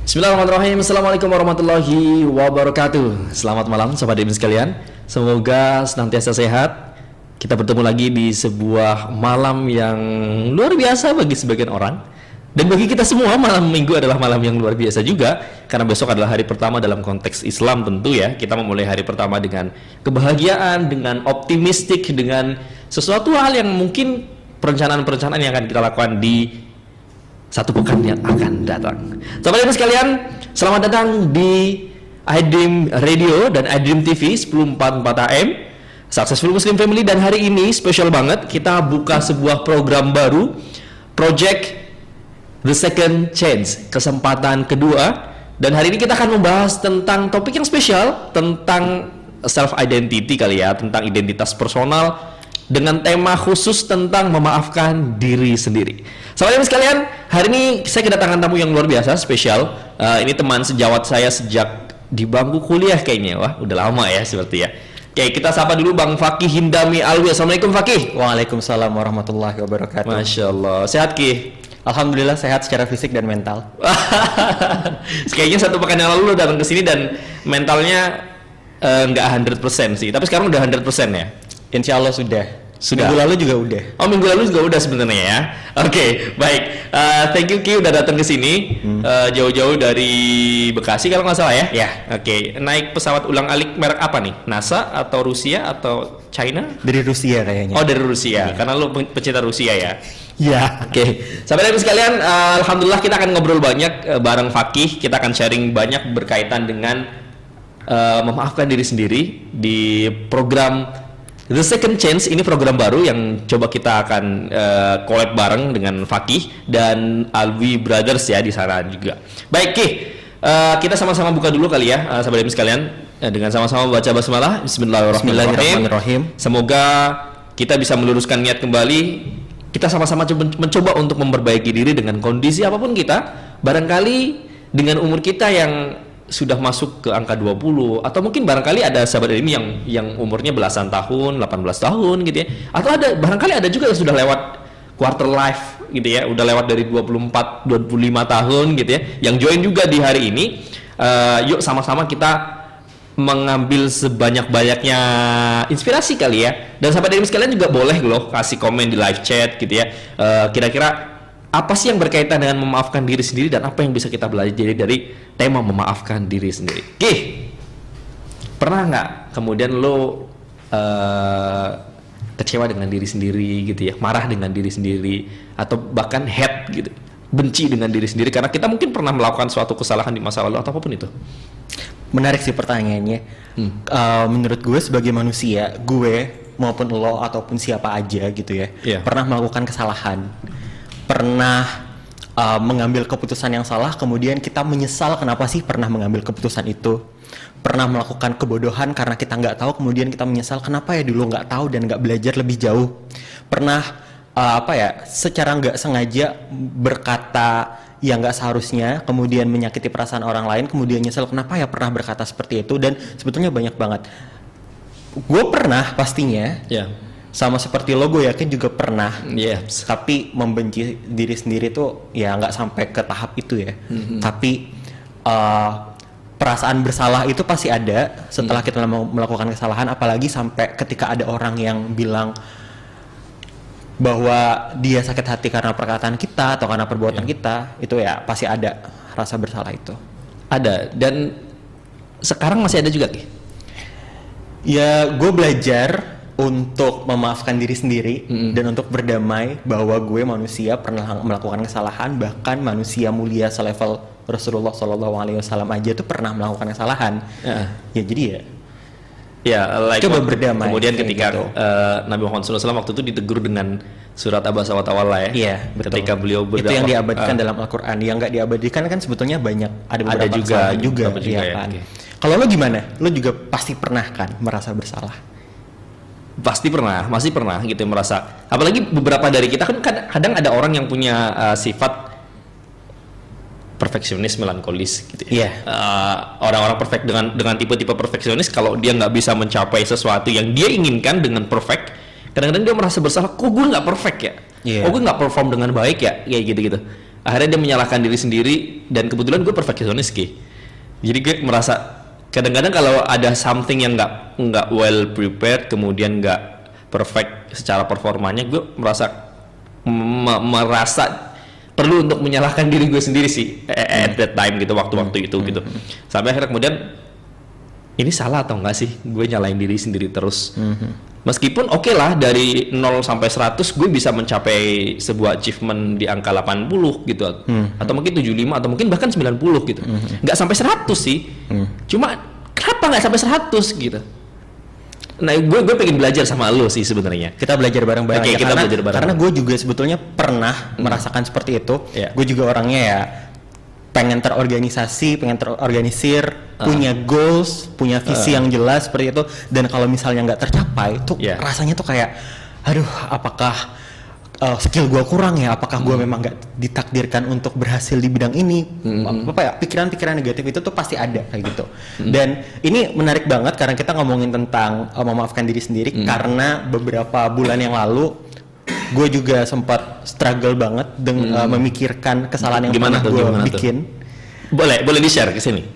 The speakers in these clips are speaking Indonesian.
Bismillahirrahmanirrahim. Assalamualaikum warahmatullahi wabarakatuh. Selamat malam sobat Admin sekalian. Semoga senantiasa sehat. Kita bertemu lagi di sebuah malam yang luar biasa bagi sebagian orang. Dan bagi kita semua malam minggu adalah malam yang luar biasa juga. Karena besok adalah hari pertama dalam konteks Islam tentu ya. Kita memulai hari pertama dengan kebahagiaan, dengan optimistik, dengan sesuatu hal yang mungkin perencanaan-perencanaan yang akan kita lakukan di satu pekan yang akan datang. Sobat Admin sekalian, selamat datang di iDream Radio dan iDream TV 1044 AM Successful Muslim Family. Dan hari ini spesial banget, kita buka sebuah program baru, Project The Second Chance, kesempatan kedua. Dan hari ini kita akan membahas tentang topik yang spesial, tentang self-identity kali ya, tentang identitas personal, dengan tema khusus tentang memaafkan diri sendiri. Sahabat sekalian, hari ini saya kedatangan tamu yang luar biasa, spesial. Ini teman sejawat saya sejak di bangku kuliah kayaknya. Wah, udah lama ya seperti ya. Oke, kita sapa dulu Bang Fakih Hindami Alwi. Assalamualaikum Fakih. Waalaikumsalam warahmatullahi wabarakatuh. Masya Allah, sehat Ki? Alhamdulillah sehat secara fisik dan mental. Kayaknya satu pekan yang lalu lo datang ke sini dan mentalnya nggak 100% sih. Tapi sekarang udah 100% ya? Insya Allah sudah. Sudah. Minggu lalu juga udah. Oh, minggu lalu juga udah sebenarnya ya. Oke, baik. Thank you Ki udah datang ke sini jauh-jauh dari Bekasi kalau nggak salah ya. Ya. Oke, naik pesawat ulang-alik merek apa nih? NASA atau Rusia atau China? Dari Rusia kayaknya. Oh, dari Rusia. Karena lu pecinta Rusia ya. Ya. Oke. Sahabat sekalian, alhamdulillah kita akan ngobrol banyak bareng Fakih. Kita akan sharing banyak berkaitan dengan memaafkan diri sendiri di program The Second Chance. Ini program baru yang coba kita akan collab bareng dengan Fakih dan Alwi Brothers ya di sana juga. Baik Ki, kita sama-sama buka dulu kali ya sahabat sekalian dengan sama-sama baca basmalah. Bismillahirrahmanirrahim. Semoga kita bisa meluruskan niat kembali. Kita sama-sama mencoba untuk memperbaiki diri dengan kondisi apapun kita. Barangkali dengan umur kita yang sudah masuk ke angka 20, atau mungkin barangkali ada sahabat ini yang umurnya belasan tahun, 18 tahun gitu ya, atau ada barangkali ada juga yang sudah lewat quarter life gitu ya, udah lewat dari 24, 25 tahun gitu ya, yang join juga di hari ini. Yuk sama-sama kita mengambil sebanyak-banyaknya inspirasi kali ya. Dan sahabat ini sekalian juga boleh loh kasih komen di live chat gitu ya, kira-kira apa sih yang berkaitan dengan memaafkan diri sendiri dan apa yang bisa kita belajar dari tema memaafkan diri sendiri. Oke, pernah nggak kemudian lo kecewa dengan diri sendiri gitu ya, marah dengan diri sendiri, atau bahkan hate gitu, benci dengan diri sendiri karena kita mungkin pernah melakukan suatu kesalahan di masa lalu atau apapun itu? Menarik sih pertanyaannya. Menurut gue sebagai manusia, gue maupun lo ataupun siapa aja gitu ya, pernah melakukan kesalahan, pernah mengambil keputusan yang salah, kemudian kita menyesal kenapa sih pernah mengambil keputusan itu, pernah melakukan kebodohan karena kita nggak tahu, kemudian kita menyesal kenapa ya dulu nggak tahu dan nggak belajar lebih jauh, pernah secara nggak sengaja berkata yang nggak seharusnya, kemudian menyakiti perasaan orang lain, kemudian nyesel kenapa ya pernah berkata seperti itu. Dan sebetulnya banyak banget. Gue pernah pastinya. Sama seperti lo, gue yakin juga pernah. Tapi membenci diri sendiri tuh ya nggak sampai ke tahap itu ya. Tapi perasaan bersalah itu pasti ada setelah kita melakukan kesalahan. Apalagi sampai ketika ada orang yang bilang bahwa dia sakit hati karena perkataan kita atau karena perbuatan kita, itu ya pasti ada rasa bersalah itu. Ada. Dan sekarang masih ada juga Ki? Ya, gue belajar untuk memaafkan diri sendiri dan untuk berdamai bahwa gue manusia pernah melakukan kesalahan, bahkan manusia mulia selevel Rasulullah SAW aja tuh pernah melakukan kesalahan. Ya jadi coba berdamai. Kemudian ketika gitu. Nabi Muhammad SAW waktu itu ditegur dengan surat Abasa wa Tawalla ya. Iya, betul. Ketika beliau berdakwah, itu yang diabadikan dalam Al-Quran. Yang nggak diabadikan kan sebetulnya banyak, ada beberapa juga ya kan. Okay. Kalau lo gimana? Lo juga pasti pernah kan merasa bersalah? Pasti pernah, masih pernah gitu merasa. Apalagi beberapa dari kita kan kadang ada orang yang punya sifat perfeksionis, melankolis gitu ya. Orang-orang perfect dengan tipe-tipe perfeksionis, kalau dia nggak bisa mencapai sesuatu yang dia inginkan dengan perfect, kadang-kadang dia merasa bersalah, kok gue nggak perfect ya, kok gue nggak perform dengan baik ya, kayak gitu-gitu. Akhirnya dia menyalahkan diri sendiri, dan kebetulan gue perfeksionis Ki. Jadi gue merasa kadang-kadang kalau ada something yang nggak well prepared, kemudian nggak perfect secara performanya, gue merasa perlu untuk menyalahkan diri gue sendiri sih at that time gitu, waktu-waktu itu gitu. Sampai akhirnya kemudian ini salah atau enggak sih gue nyalain diri sendiri terus. Meskipun oke lah dari 0 sampai 100 gue bisa mencapai sebuah achievement di angka 80 gitu, atau mungkin 75 atau mungkin bahkan 90 gitu. Nggak sampai 100 sih. Cuma kenapa nggak sampai 100 gitu? Nah, gue pengen belajar sama lo sih sebenarnya. Kita belajar bareng-bareng. Oke, kita belajar bareng. Karena gue juga sebetulnya pernah merasakan seperti itu. Gue juga orangnya ya pengen terorganisasi, pengen terorganisir, punya goals, punya visi yang jelas seperti itu. Dan kalau misalnya nggak tercapai, tuh rasanya tuh kayak, aduh, apakah skill gue kurang ya? Apakah gue memang nggak ditakdirkan untuk berhasil di bidang ini? Apa ya? Pikiran-pikiran negatif itu tuh pasti ada kayak gitu. Dan ini menarik banget karena kita ngomongin tentang memaafkan diri sendiri. Karena beberapa bulan yang lalu gue juga sempat struggle banget dengan memikirkan kesalahan yang pernah gue bikin. Boleh di-share ke sini?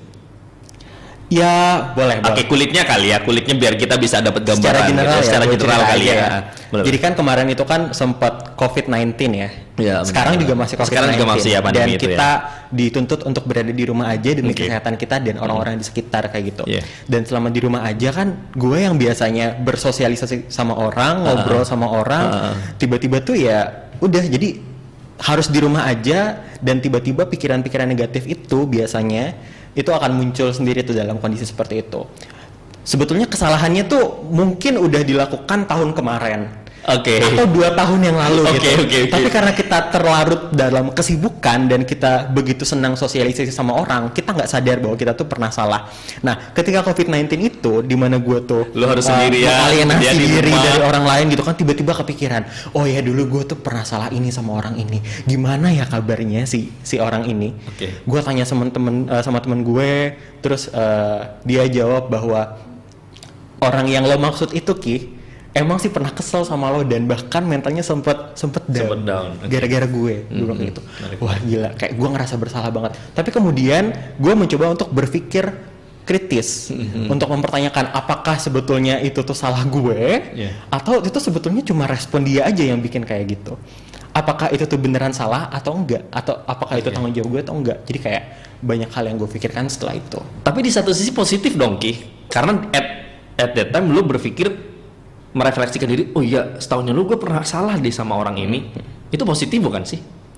Ya boleh. Oke, kulitnya biar kita bisa dapat gambaran secara general, gitu, secara general kali ya. Jadi kan kemarin itu kan sempat COVID-19 ya. Sekarang juga masih COVID-19. Sekarang juga masih ya pandemi dan kita dituntut untuk berada di rumah aja demi kesehatan kita dan orang-orang di sekitar kayak gitu. Dan selama di rumah aja kan gue yang biasanya bersosialisasi sama orang, ngobrol sama orang, tiba-tiba tuh ya udah jadi harus di rumah aja, dan tiba-tiba pikiran-pikiran negatif itu biasanya itu akan muncul sendiri tuh dalam kondisi seperti itu. Sebetulnya kesalahannya tuh mungkin udah dilakukan tahun kemarin. Atau 2 tahun yang lalu gitu. Tapi karena kita terlarut dalam kesibukan dan kita begitu senang sosialisasi sama orang, kita nggak sadar bahwa kita tuh pernah salah. Nah, ketika COVID-19 itu, di mana gue tuh lu harus sendirian, alienasi diri dari orang lain gitu kan, tiba-tiba kepikiran, oh ya dulu gue tuh pernah salah ini sama orang ini. Gimana ya kabarnya si orang ini? Gue tanya sama temen gue, terus dia jawab bahwa orang yang lo maksud itu Ki, emang sih pernah kesel sama lo dan bahkan mentalnya sempet down. Gara-gara gue bilang gitu. Wah gila, kayak gue ngerasa bersalah banget. Tapi kemudian gue mencoba untuk berpikir kritis, untuk mempertanyakan apakah sebetulnya itu tuh salah gue, atau itu sebetulnya cuma respon dia aja yang bikin kayak gitu. Apakah itu tuh beneran salah atau enggak, atau apakah itu tanggung jawab gue atau enggak. Jadi kayak banyak hal yang gue pikirkan setelah itu. Tapi di satu sisi positif dong Ki, karena at that time lo berpikir, merefleksikan diri, oh iya setahun lalu gue pernah salah deh sama orang ini. Itu positif bukan sih?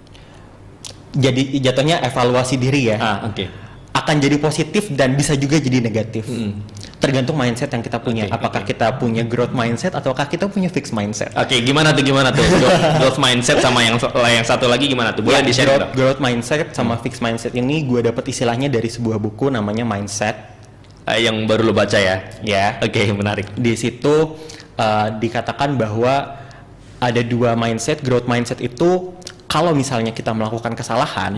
Jadi jatuhnya evaluasi diri ya. Akan jadi positif dan bisa juga jadi negatif. Tergantung mindset yang kita punya. Apakah kita punya growth mindset ataukah kita punya fixed mindset? Gimana tuh? Growth mindset sama yang satu lagi gimana tuh? Boleh di-share? Growth mindset sama fixed mindset ini gue dapat istilahnya dari sebuah buku namanya Mindset. Yang baru lo baca ya? Menarik. Di situ dikatakan bahwa ada 2 mindset. Growth mindset itu kalau misalnya kita melakukan kesalahan,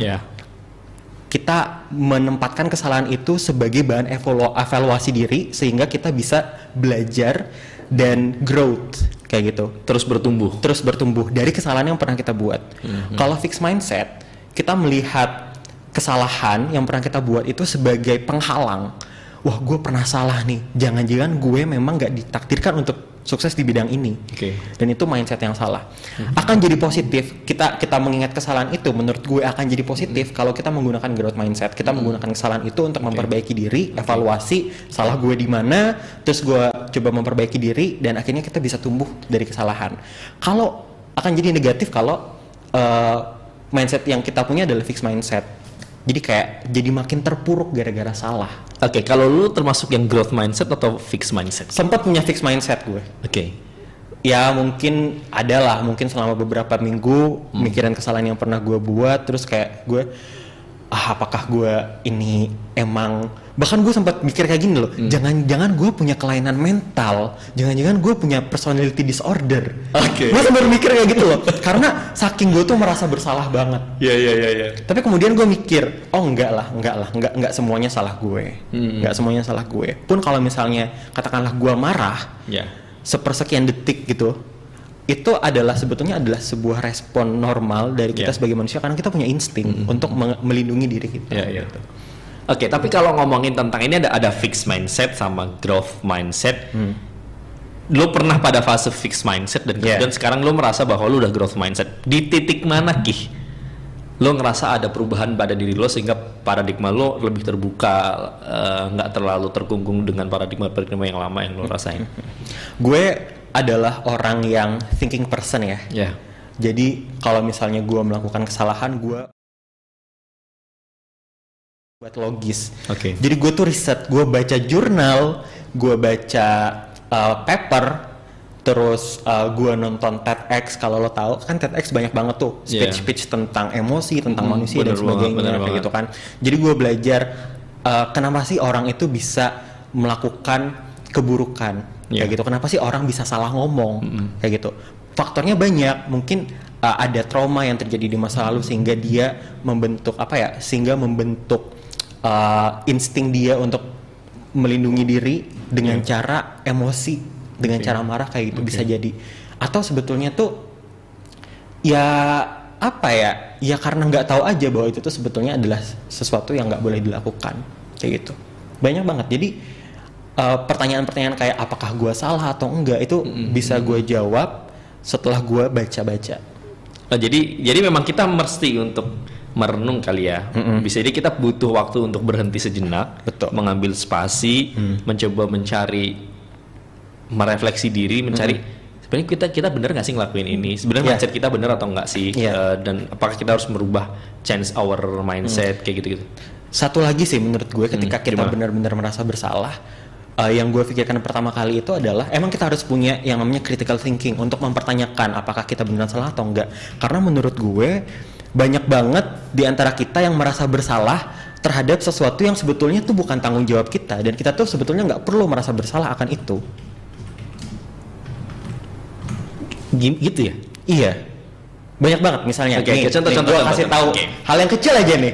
kita menempatkan kesalahan itu sebagai bahan evaluasi diri sehingga kita bisa belajar dan growth kayak gitu. Terus bertumbuh dari kesalahan yang pernah kita buat. Kalau fixed mindset, kita melihat kesalahan yang pernah kita buat itu sebagai penghalang. Wah, gue pernah salah nih. Jangan-jangan gue memang gak ditakdirkan untuk sukses di bidang ini. Dan itu mindset yang salah. Akan jadi positif. Kita mengingat kesalahan itu, menurut gue akan jadi positif kalau kita menggunakan growth mindset. Kita menggunakan kesalahan itu untuk memperbaiki diri, evaluasi salah gue di mana, terus gue coba memperbaiki diri, dan akhirnya kita bisa tumbuh dari kesalahan. Kalau akan jadi negatif kalau mindset yang kita punya adalah fixed mindset. Jadi kayak jadi makin terpuruk gara-gara salah. Kalau lu termasuk yang growth mindset atau fixed mindset? Sempat punya fixed mindset gue. Ya mungkin adalah, mungkin selama beberapa minggu mikirin kesalahan yang pernah gue buat, terus kayak gue, apakah gue ini emang, bahkan gue sempat mikir kayak gini loh, jangan-jangan gue punya kelainan mental, jangan-jangan gue punya personality disorder. Gue sempat mikir kayak gitu loh, karena saking gue tuh merasa bersalah banget. Tapi kemudian gue mikir, oh enggak semuanya salah gue, enggak semuanya salah gue. Pun kalau misalnya katakanlah gue marah, sepersekian detik gitu, itu adalah sebetulnya adalah sebuah respon normal dari kita sebagai manusia karena kita punya insting untuk melindungi diri kita. Gitu. Oke, tapi kalau ngomongin tentang ini ada fixed mindset sama growth mindset. Lo pernah pada fase fixed mindset dan kemudian sekarang lo merasa bahwa lo udah growth mindset. Di titik mana lo ngerasa ada perubahan pada diri lo sehingga paradigma lo lebih terbuka, nggak terlalu terkungkung dengan paradigma yang lama yang lo rasain? Gue adalah orang yang thinking person ya. Jadi kalau misalnya gue melakukan kesalahan, gue buat logis. Jadi gue tuh riset, gue baca jurnal, gue baca paper, terus gue nonton TEDx. Kalau lo tahu kan TEDx banyak banget tuh speech tentang emosi, tentang manusia dan sebagainya kayak gitu kan. Jadi gue belajar kenapa sih orang itu bisa melakukan keburukan. Kayak gitu, kenapa sih orang bisa salah ngomong kayak gitu, faktornya banyak, mungkin ada trauma yang terjadi di masa lalu sehingga dia membentuk insting dia untuk melindungi diri dengan cara emosi, dengan cara marah kayak gitu. Bisa jadi, atau sebetulnya tuh ya karena nggak tahu aja bahwa itu tuh sebetulnya adalah sesuatu yang nggak boleh dilakukan kayak gitu. Banyak banget. Jadi pertanyaan-pertanyaan kayak apakah gue salah atau enggak itu bisa gue jawab setelah gue baca-baca. Jadi memang kita mesti untuk merenung kali ya. Bisa jadi kita butuh waktu untuk berhenti sejenak, mengambil spasi, mencoba merefleksi diri, mencari sebenarnya kita benar nggak sih ngelakuin ini? Sebenarnya mindset kita benar atau enggak sih? Dan apakah kita harus merubah change our mindset kayak gitu-gitu? Satu lagi sih menurut gue, ketika kita benar-benar merasa bersalah, yang gue pikirkan pertama kali itu adalah emang kita harus punya yang namanya critical thinking untuk mempertanyakan apakah kita benar salah atau enggak. Karena menurut gue banyak banget di antara kita yang merasa bersalah terhadap sesuatu yang sebetulnya tuh bukan tanggung jawab kita, dan kita tuh sebetulnya nggak perlu merasa bersalah akan itu. Gitu ya? Iya. Banyak banget misalnya. Contoh. Gue kasih tahu hal yang kecil aja nih.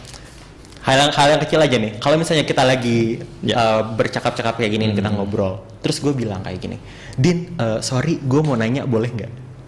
Hal yang kecil aja nih. Kalau misalnya kita lagi bercakap-cakap kayak gini, kita ngobrol, terus gue bilang kayak gini, Din, sorry, gue mau nanya, boleh nggak?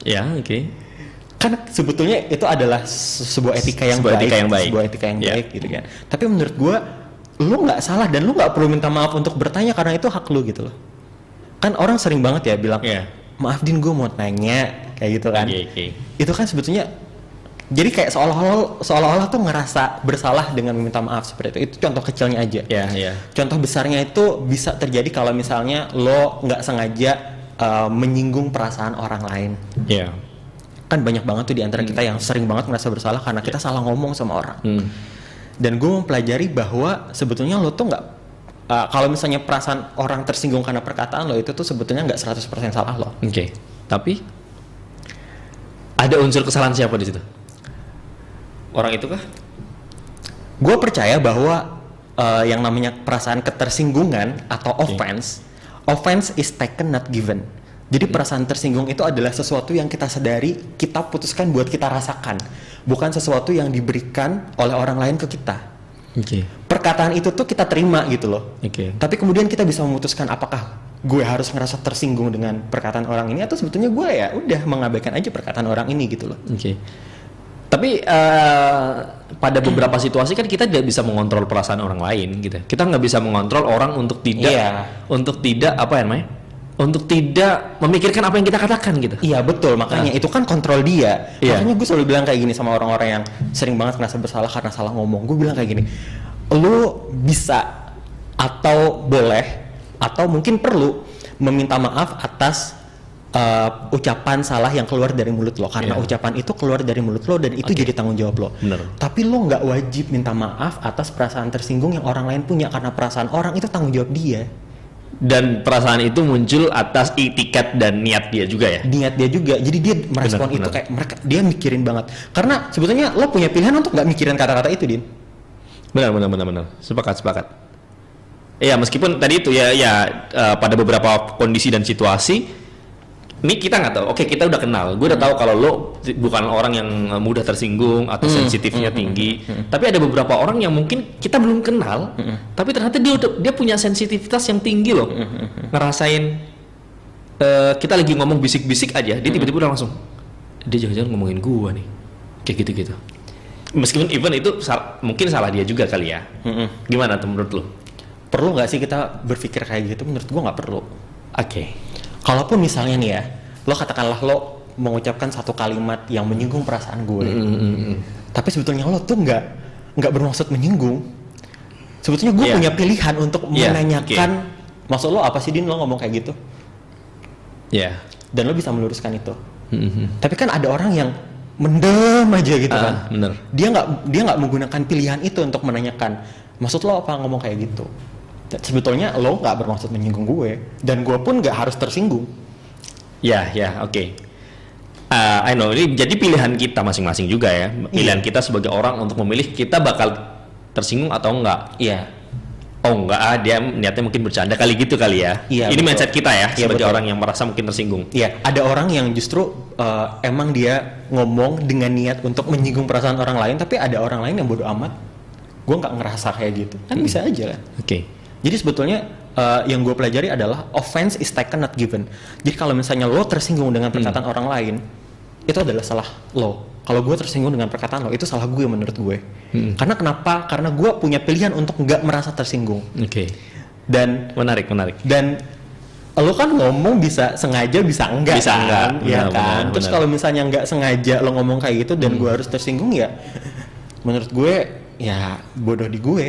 Kan sebetulnya itu adalah sebuah etika yang baik, sebuah etika yang baik gitu kan. Tapi menurut gue, lu nggak salah dan lu nggak perlu minta maaf untuk bertanya karena itu hak lu gitu loh. Kan orang sering banget ya bilang, maaf Din, gue mau nanya kayak gitu kan. Itu kan sebetulnya jadi kayak seolah-olah tuh ngerasa bersalah dengan meminta maaf seperti itu. Itu contoh kecilnya aja. Contoh besarnya itu bisa terjadi kalau misalnya lo nggak sengaja menyinggung perasaan orang lain. Kan banyak banget tuh di antara kita yang sering banget ngerasa bersalah karena kita salah ngomong sama orang. Dan gue mempelajari bahwa sebetulnya lo tuh nggak kalau misalnya perasaan orang tersinggung karena perkataan lo, itu tuh sebetulnya nggak 100% salah lo. Tapi ada unsur kesalahan siapa di situ? Orang itu kah? Gue percaya bahwa yang namanya perasaan ketersinggungan atau offense is taken not given. Jadi perasaan tersinggung itu adalah sesuatu yang kita sadari, kita putuskan buat kita rasakan, bukan sesuatu yang diberikan oleh orang lain ke kita. Perkataan itu tuh kita terima gitu loh. Tapi kemudian kita bisa memutuskan apakah gue harus ngerasa tersinggung dengan perkataan orang ini, atau sebetulnya gue ya udah mengabaikan aja perkataan orang ini gitu loh. Tapi pada beberapa situasi kan kita tidak bisa mengontrol perasaan orang lain gitu. Kita nggak bisa mengontrol orang untuk tidak untuk tidak memikirkan apa yang kita katakan gitu. Iya betul, makanya itu kan kontrol dia. Makanya gue selalu bilang kayak gini sama orang-orang yang sering banget ngerasa bersalah karena salah ngomong. Gue bilang kayak gini, lu bisa atau boleh atau mungkin perlu meminta maaf atas ucapan salah yang keluar dari mulut lo, karena ucapan itu keluar dari mulut lo dan itu jadi tanggung jawab lo. Tapi lo nggak wajib minta maaf atas perasaan tersinggung yang orang lain punya, karena perasaan orang itu tanggung jawab dia. Dan perasaan itu muncul atas itikat dan niat dia juga ya. Niat dia juga, jadi dia merespon itu kayak mereka, dia mikirin banget. Karena sebetulnya lo punya pilihan untuk nggak mikirin kata-kata itu, Din. Benar. Sepakat. Iya, meskipun tadi itu pada beberapa kondisi dan situasi. Ini kita nggak tahu. Oke, kita udah kenal. Gue udah tahu kalau lo bukan orang yang mudah tersinggung atau sensitifnya tinggi. Tapi ada beberapa orang yang mungkin kita belum kenal, tapi ternyata dia punya sensitivitas yang tinggi loh. Ngerasain kita lagi ngomong bisik-bisik aja, dia tiba-tiba udah langsung, dia jangan-jangan ngomongin gua nih, kayak gitu-gitu. Meskipun even itu mungkin salah dia juga kali ya. Gimana tuh menurut lo? Perlu nggak sih kita berpikir kayak gitu? Menurut gua nggak perlu. Oke. Kalaupun misalnya nih ya, lo katakanlah lo mengucapkan satu kalimat yang menyinggung perasaan gue, tapi sebetulnya lo tuh nggak bermaksud menyinggung. Sebetulnya gue punya pilihan untuk menanyakan, maksud lo apa sih Din, lo ngomong kayak gitu? Dan lo bisa meluruskan itu. Tapi kan ada orang yang mendem aja gitu kan. Bener. Dia nggak menggunakan pilihan itu untuk menanyakan, maksud lo apa ngomong kayak gitu? Sebetulnya lo nggak bermaksud menyinggung gue, dan gue pun nggak harus tersinggung. Oke. I know, ini jadi pilihan kita masing-masing juga ya. Pilihan kita sebagai orang untuk memilih kita bakal tersinggung atau enggak. Oh enggak, dia niatnya mungkin bercanda kali gitu kali ya. Ini betul. Mindset kita ya, sebagai orang yang merasa mungkin tersinggung. Ada orang yang justru emang dia ngomong dengan niat untuk menyinggung perasaan orang lain, tapi ada orang lain yang bodo amat. Gue nggak ngerasa kayak gitu. Kan bisa aja kan. Jadi sebetulnya yang gue pelajari adalah offense is taken not given. Jadi kalau misalnya lo tersinggung dengan perkataan orang lain, itu adalah salah lo. Kalau gue tersinggung dengan perkataan lo, itu salah gue menurut gue. Karena kenapa? Karena gue punya pilihan untuk nggak merasa tersinggung. Dan menarik. Dan lo kan ngomong bisa sengaja, bisa enggak. Ya kan. Terus kalau misalnya nggak sengaja lo ngomong kayak gitu dan gue harus tersinggung, ya menurut gue ya bodoh di gue.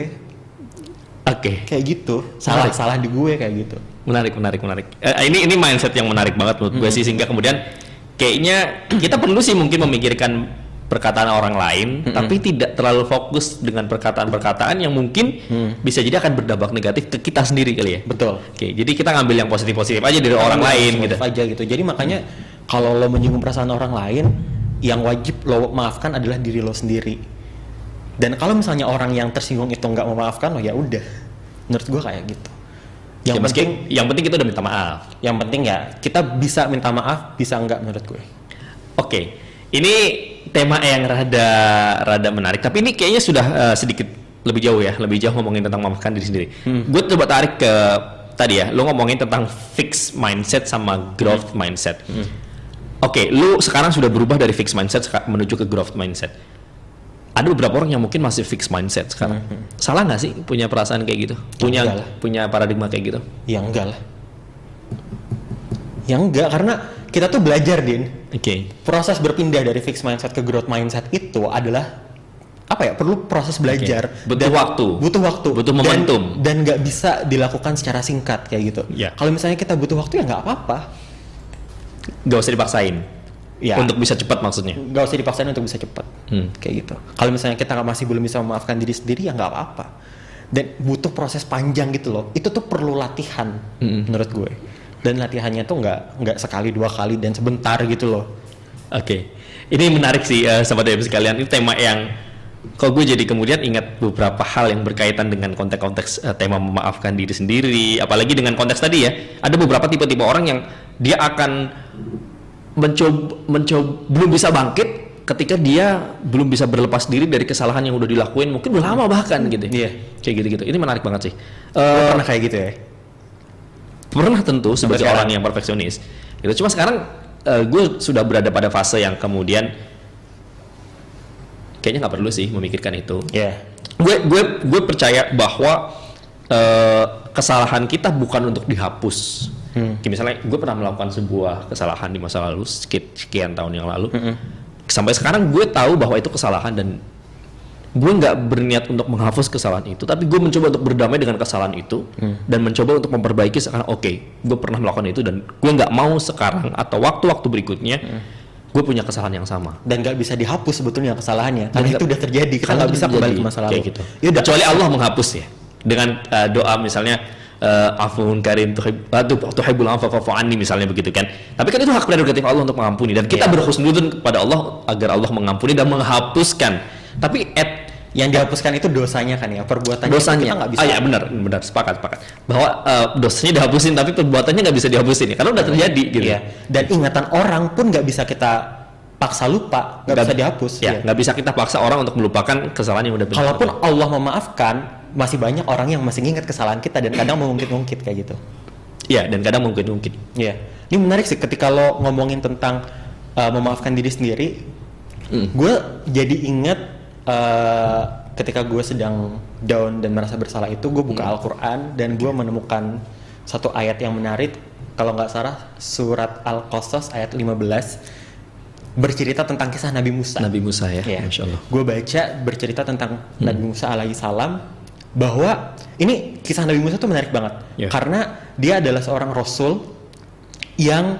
Kayak gitu. Salah di gue kayak gitu. Menarik. Ini mindset yang menarik banget menurut gue sih, sehingga kemudian kayaknya kita perlu sih mungkin memikirkan perkataan orang lain, tapi tidak terlalu fokus dengan perkataan-perkataan yang mungkin bisa jadi akan berdampak negatif ke kita sendiri kali ya. Betul. Jadi kita ngambil yang positif-positif aja dari orang lain gitu. Jadi makanya kalau lo menyinggung perasaan orang lain, yang wajib lo maafkan adalah diri lo sendiri. Dan kalau misalnya orang yang tersinggung itu nggak memaafkan lo, ya udah. Menurut gue kayak gitu. Yang penting kita udah minta maaf. Yang penting ya kita bisa minta maaf, bisa enggak menurut gue. Ini tema yang rada menarik, tapi ini kayaknya sudah sedikit lebih jauh ngomongin tentang memaafkan diri sendiri. Gue coba tarik ke tadi ya, lo ngomongin tentang fixed mindset sama growth mindset. Lu sekarang sudah berubah dari fixed mindset menuju ke growth mindset. Ada beberapa orang yang mungkin masih fixed mindset sekarang. Salah nggak sih punya perasaan kayak gitu? Punya paradigma kayak gitu? Ya enggak lah. Ya enggak, karena kita tuh belajar, Din. Proses berpindah dari fixed mindset ke growth mindset itu adalah perlu proses belajar. Butuh waktu. Butuh momentum. Dan nggak bisa dilakukan secara singkat kayak gitu. Kalau misalnya kita butuh waktu, ya nggak apa-apa. Nggak usah dipaksain. Untuk bisa cepat maksudnya. Nggak usah dipaksain untuk bisa cepat. Kayak gitu. Kalau misalnya kita masih belum bisa memaafkan diri sendiri, ya nggak apa-apa. Dan butuh proses panjang gitu loh. Itu tuh perlu latihan menurut gue. Dan latihannya tuh nggak sekali, 2 kali dan sebentar gitu loh. Ini menarik sih sahabat DM sekalian. Ini tema yang kok gue jadi kemudian ingat beberapa hal yang berkaitan dengan konteks-konteks tema memaafkan diri sendiri. Apalagi dengan konteks tadi ya, ada beberapa tipe-tipe orang yang dia akan mencoba belum bisa bangkit ketika dia belum bisa berlepas diri dari kesalahan yang udah dilakuin, mungkin udah lama bahkan gitu. Kayak gitu-gitu. Ini menarik banget sih. Pernah kayak gitu ya? Pernah tentu sebagai orang yang perfeksionis. Cuma sekarang gue sudah berada pada fase yang kemudian kayaknya nggak perlu sih memikirkan itu. Gue percaya bahwa kesalahan kita bukan untuk dihapus. Misalnya gue pernah melakukan sebuah kesalahan di masa lalu sekian tahun yang lalu. Sampai sekarang gue tahu bahwa itu kesalahan dan gue nggak berniat untuk menghapus kesalahan itu, tapi gue mencoba untuk berdamai dengan kesalahan itu dan mencoba untuk memperbaiki sekarang. Gue pernah melakukan itu dan gue nggak mau sekarang atau waktu-waktu berikutnya gue punya kesalahan yang sama. Dan nggak bisa dihapus sebetulnya kesalahannya karena itu udah terjadi. Kita nggak bisa kembali ke masa lalu. Gitu. Kecuali Allah menghapus ya dengan doa misalnya afun karim tuhibbul afwa fa'fu anni misalnya begitu kan. Tapi kan itu hak prerogatif Allah untuk mengampuni dan kita berhusnudzon kepada Allah agar Allah mengampuni dan menghapuskan. Tapi yang dihapuskan itu dosanya kan ya, perbuatannya dosanya kita nggak bisa. Benar sepakat bahwa dosanya dihapusin tapi perbuatannya nggak bisa dihapusin ya, karena udah terjadi gitu. Dan ingatan orang pun nggak bisa kita paksa lupa, nggak bisa dihapus. Nggak bisa kita paksa orang untuk melupakan kesalahan yang udah benar. Kalaupun Allah memaafkan, masih banyak orang yang masih ingat kesalahan kita dan kadang mengungkit-ungkit kayak gitu. Dan kadang mengungkit-ungkit. Ini menarik sih ketika lo ngomongin tentang memaafkan diri sendiri. Gue jadi inget ketika gue sedang down dan merasa bersalah itu, gue buka Al-Quran dan gue menemukan satu ayat yang menarik. Kalau nggak salah surat Al-Qasas ayat 15 bercerita tentang kisah Nabi Musa. Nabi Musa ya, Masya Allah. Gue baca bercerita tentang Nabi Musa alaihissalam, bahwa ini kisah Nabi Musa tuh menarik banget karena dia adalah seorang rasul yang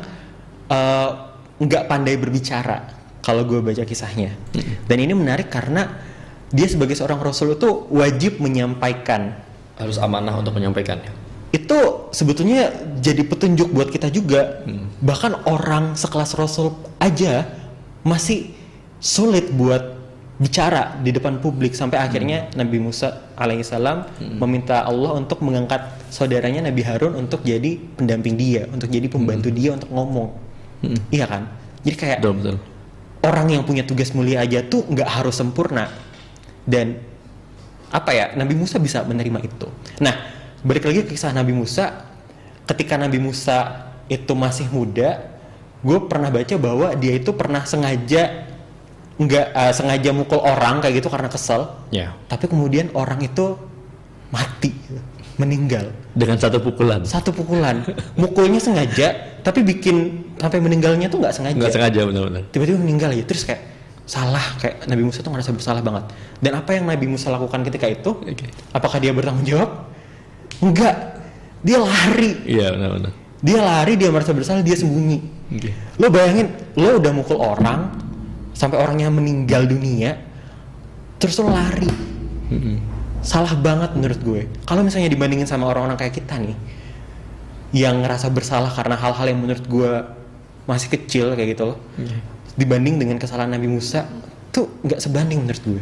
nggak pandai berbicara. Kalau gue baca kisahnya, dan ini menarik karena dia sebagai seorang rasul itu wajib menyampaikan, harus amanah untuk menyampaikannya. Itu sebetulnya jadi petunjuk buat kita juga. Bahkan orang sekelas rasul aja masih sulit buat bicara di depan publik, sampai akhirnya Nabi Musa alaihissalam meminta Allah untuk mengangkat saudaranya Nabi Harun untuk jadi pendamping dia, untuk jadi pembantu dia untuk ngomong. Iya kan? Jadi kayak betul. Orang yang punya tugas mulia aja tuh nggak harus sempurna. Dan apa ya, Nabi Musa bisa menerima itu. Nah, balik lagi ke kisah Nabi Musa. Ketika Nabi Musa itu masih muda, gue pernah baca bahwa dia itu pernah sengaja sengaja mukul orang kayak gitu karena kesel. Tapi kemudian orang itu mati, meninggal dengan satu pukulan. Mukulnya sengaja, tapi bikin sampai meninggalnya tuh nggak sengaja, benar-benar. Tiba-tiba meninggal ya. Terus kayak salah, kayak Nabi Musa tuh ngerasa bersalah banget. Dan apa yang Nabi Musa lakukan ketika itu? Apakah dia bertanggung jawab? Enggak, dia lari. Iya, benar-benar. Dia lari, dia merasa bersalah, dia sembunyi. Lo bayangin, lo udah mukul orang sampai orangnya meninggal dunia, terus lo lari. Salah banget menurut gue. Kalau misalnya dibandingin sama orang-orang kayak kita nih, yang ngerasa bersalah karena hal-hal yang menurut gue masih kecil kayak gitu loh, dibanding dengan kesalahan Nabi Musa, tuh nggak sebanding menurut gue.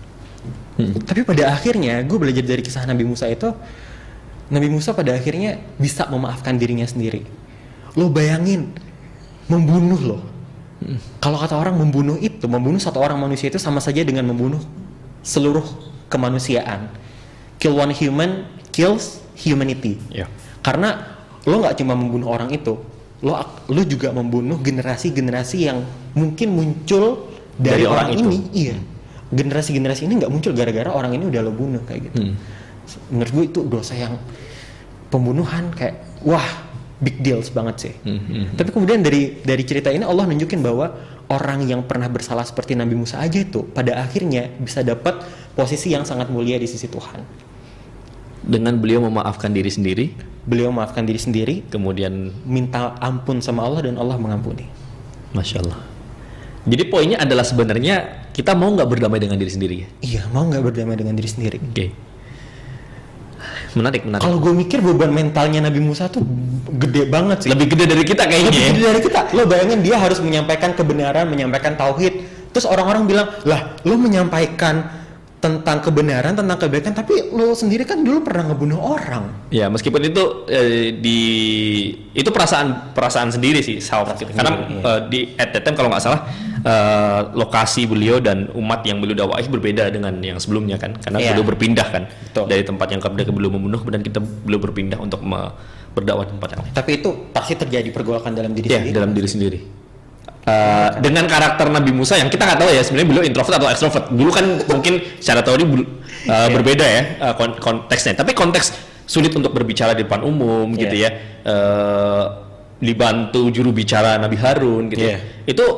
Tapi pada akhirnya gue belajar dari kisah Nabi Musa itu, Nabi Musa pada akhirnya bisa memaafkan dirinya sendiri. Lo bayangin, membunuh lo. Kalau kata orang membunuh satu orang manusia itu sama saja dengan membunuh seluruh kemanusiaan. Kill one human kills humanity. Karena lo nggak cuma membunuh orang itu, lo juga membunuh generasi-generasi yang mungkin muncul dari orang ini. Iya, generasi-generasi ini nggak muncul gara-gara orang ini udah lo bunuh kayak gitu. Menurut gue itu dosa yang pembunuhan kayak wah big deals banget sih. Tapi kemudian dari cerita ini Allah nunjukin bahwa orang yang pernah bersalah seperti Nabi Musa aja itu pada akhirnya bisa dapat posisi yang sangat mulia di sisi Tuhan. Dengan beliau memaafkan diri sendiri. Kemudian minta ampun sama Allah dan Allah mengampuni. Masya Allah. Jadi poinnya adalah sebenarnya kita mau nggak berdamai dengan diri sendiri ya? Iya, mau nggak berdamai dengan diri sendiri. Menarik. Kalau gue mikir beban mentalnya Nabi Musa tuh gede banget sih. Lebih gede dari kita kayaknya. Lebih gede dari kita. Lo bayangin dia harus menyampaikan kebenaran, menyampaikan tauhid. Terus orang-orang bilang, lah lo menyampaikan tentang kebenaran, tentang kebaikan, tapi lo sendiri kan dulu pernah ngebunuh orang. Ya, meskipun itu itu perasaan sendiri sih, karena di at that time kalau nggak salah lokasi beliau dan umat yang beliau dakwahi berbeda dengan yang sebelumnya kan, karena beliau berpindah kan. Betul. Dari tempat yang beliau membunuh, kemudian beliau berpindah untuk berdakwah di tempat yang lain. Tapi itu pasti terjadi pergolakan dalam diri sendiri. Dalam diri sendiri. Dengan karakter Nabi Musa yang kita nggak tahu ya sebenarnya beliau introvert atau extrovert. Dulu kan mungkin secara teori berbeda ya konteksnya. Tapi konteks sulit untuk berbicara di depan umum gitu ya. Dibantu juru bicara Nabi Harun gitu. Itu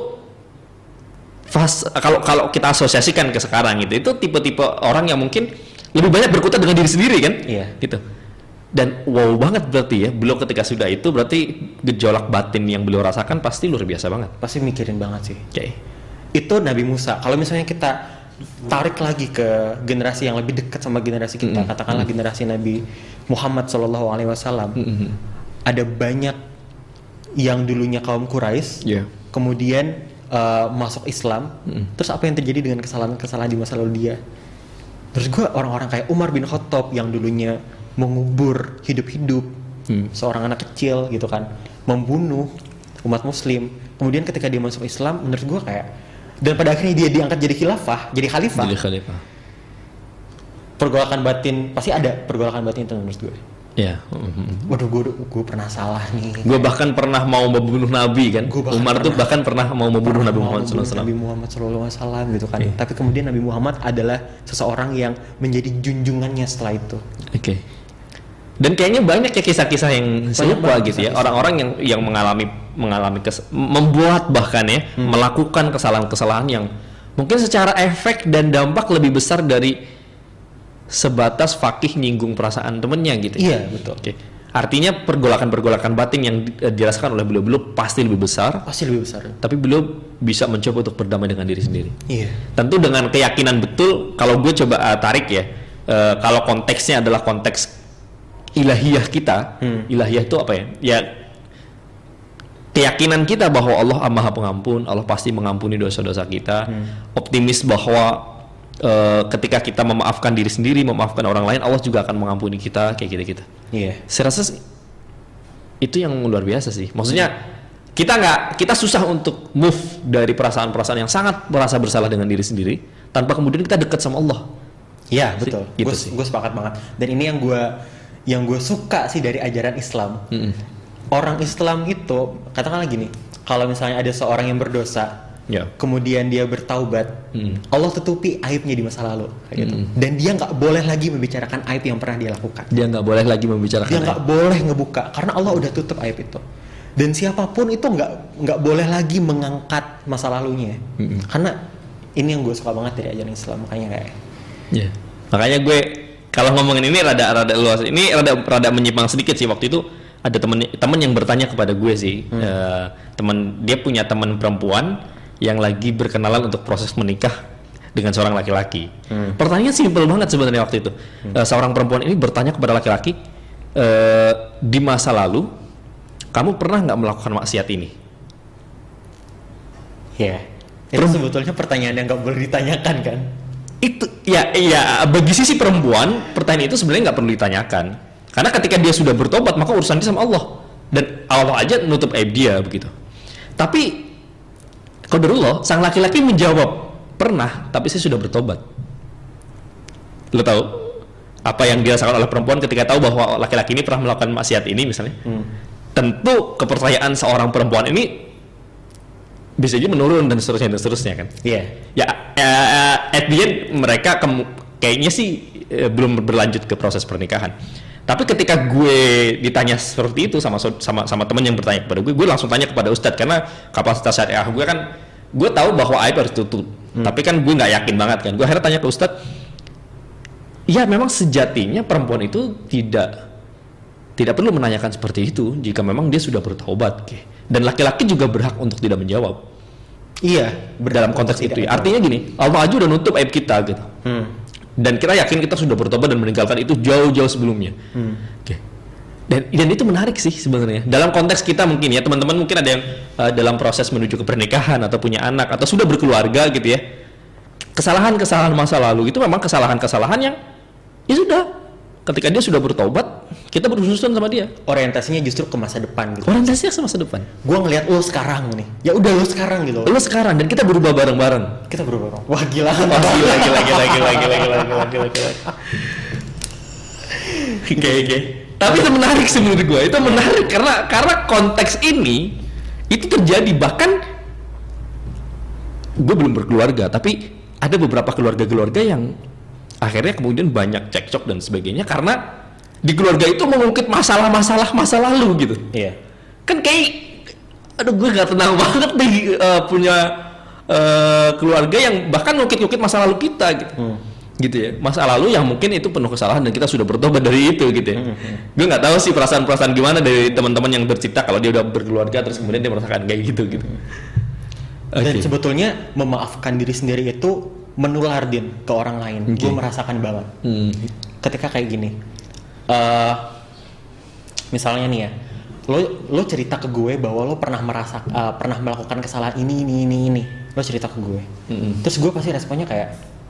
kalau kita asosiasikan ke sekarang gitu, itu tipe-tipe orang yang mungkin lebih banyak berkutat dengan diri sendiri kan? Gitu. Dan wow banget berarti ya, beliau ketika sudah itu berarti gejolak batin yang beliau rasakan pasti luar biasa banget. Pasti mikirin banget sih. Itu Nabi Musa. Kalau misalnya kita tarik lagi ke generasi yang lebih dekat sama generasi kita, katakanlah generasi Nabi Muhammad SAW, ada banyak yang dulunya kaum Quraisy, kemudian masuk Islam. Terus apa yang terjadi dengan kesalahan-kesalahan di masa lalu dia? Terus gue orang-orang kayak Umar bin Khattab yang dulunya mengubur hidup-hidup seorang anak kecil gitu kan, membunuh umat muslim, kemudian ketika dia masuk Islam, menurut gue kayak, dan pada akhirnya dia diangkat jadi khalifah. Pergolakan batin, pasti ada pergolakan batin itu menurut gue. Ya. Waduh, gue pernah salah nih. Gue bahkan pernah mau membunuh Nabi kan. Umar tuh bahkan pernah mau membunuh Nabi Muhammad SAW. Nabi Muhammad SAW gitu kan. Tapi kemudian Nabi Muhammad adalah seseorang yang menjadi junjungannya setelah itu. Oke. Dan kayaknya banyak ya kisah-kisah yang serupa gitu ya. Orang-orang yang mengalami membuat bahkan ya melakukan kesalahan-kesalahan yang mungkin secara efek dan dampak lebih besar dari sebatas fakih nyinggung perasaan temennya gitu. Iya, betul. Oke. Artinya pergolakan-pergolakan batin yang dirasakan oleh beliau pasti lebih besar. Pasti lebih besar. Tapi beliau bisa mencoba untuk berdamai dengan diri sendiri. Iya. Tentu dengan keyakinan betul. Kalau gue coba tarik ya, kalau konteksnya adalah konteks ilahiyah kita. Ilahiyah itu apa ya? Ya keyakinan kita bahwa Allah Maha Pengampun, Allah pasti mengampuni dosa-dosa kita. Optimis bahwa ketika kita memaafkan diri sendiri, memaafkan orang lain, Allah juga akan mengampuni kita, kayak gitu-gitu. Iya. Saya rasa itu yang luar biasa sih. Maksudnya kita susah untuk move dari perasaan-perasaan yang sangat merasa bersalah dengan diri sendiri tanpa kemudian kita dekat sama Allah. Iya, betul. Gitu Gue sepakat banget. Dan ini yang gue suka sih dari ajaran Islam. Orang Islam itu katakanlah gini, kalau misalnya ada seorang yang berdosa, kemudian dia bertaubat, Allah tutupi aibnya di masa lalu, kayak gitu. Dan dia nggak boleh lagi membicarakan aib yang pernah dia lakukan. Dia nggak boleh lagi membicarakan. Dia nggak boleh ngebuka karena Allah udah tutup aib itu. Dan siapapun itu nggak boleh lagi mengangkat masa lalunya, karena ini yang gue suka banget dari ajaran Islam, makanya kayak. Makanya gue kalau ngomongin ini rada luas, ini rada menyimpang sedikit sih. Waktu itu ada teman yang bertanya kepada gue sih, dia punya teman perempuan yang lagi berkenalan untuk proses menikah dengan seorang laki-laki. Pertanyaannya simpel banget sebenarnya waktu itu. Seorang perempuan ini bertanya kepada laki-laki, di masa lalu kamu pernah nggak melakukan maksiat ini? Ya, itu sebetulnya pertanyaan yang nggak boleh ditanyakan kan? Itu ya bagi sisi perempuan pertanyaan itu sebenarnya nggak perlu ditanyakan, karena ketika dia sudah bertobat maka urusan dia sama Allah, dan Allah aja nutup aib dia begitu. Tapi qadarullah, sang laki-laki menjawab, pernah, tapi saya sudah bertobat. Lo tahu apa yang dirasakan oleh perempuan ketika tahu bahwa laki-laki ini pernah melakukan maksiat ini misalnya? Tentu kepercayaan seorang perempuan ini bisa aja menurun dan seterusnya kan? Iya. Ya, at the end mereka kayaknya sih belum berlanjut ke proses pernikahan. Tapi ketika gue ditanya seperti itu sama teman yang bertanya kepada gue langsung tanya kepada Ustadz, karena kapasitas syariah gue kan, gue tahu bahwa aib harus tutup, tapi kan gue nggak yakin banget kan. Gue akhirnya tanya ke Ustadz, ya memang sejatinya perempuan itu tidak perlu menanyakan seperti itu jika memang dia sudah bertaubat, dan laki-laki juga berhak untuk tidak menjawab. Iya, dalam konteks itu. Artinya gini, Allah aja udah nutup aib kita gitu. Dan kita yakin kita sudah bertobat dan meninggalkan itu jauh-jauh sebelumnya. Dan itu menarik sih sebenarnya. Dalam konteks kita mungkin ya, teman-teman mungkin ada yang dalam proses menuju ke pernikahan atau punya anak atau sudah berkeluarga gitu ya. Kesalahan-kesalahan masa lalu itu memang kesalahan-kesalahan yang ya sudah, ketika dia sudah bertobat, kita berurusan sama dia. Orientasinya justru ke masa depan gitu. Orientasinya ke masa depan. Gue ngelihat lo sekarang nih. Ya udah lo sekarang gitu. Lo sekarang, dan kita berubah bareng-bareng. Kita berubah bareng. Wah gila. Oke. Tapi itu menarik sih menurut gue. Itu menarik karena konteks ini itu terjadi, bahkan gue belum berkeluarga, tapi ada beberapa keluarga-keluarga yang akhirnya kemudian banyak cekcok dan sebagainya karena di keluarga itu mengungkit masalah-masalah masa lalu gitu. Iya. Kan kayak, aduh gue gak tenang banget nih punya keluarga yang bahkan ngungkit-ngungkit masa lalu kita gitu. Gitu ya, masa lalu yang mungkin itu penuh kesalahan dan kita sudah bertobat dari itu gitu ya. Gue nggak tahu sih perasaan-perasaan gimana dari teman-teman yang bercipta kalau dia udah berkeluarga terus kemudian dia merasakan kayak gitu. Dan sebetulnya memaafkan diri sendiri itu menular ke orang lain. Gue merasakan banget. Ketika kayak gini, misalnya nih ya, lo cerita ke gue bahwa lo pernah melakukan kesalahan ini, lo cerita ke gue. Terus gue pasti responnya kayak,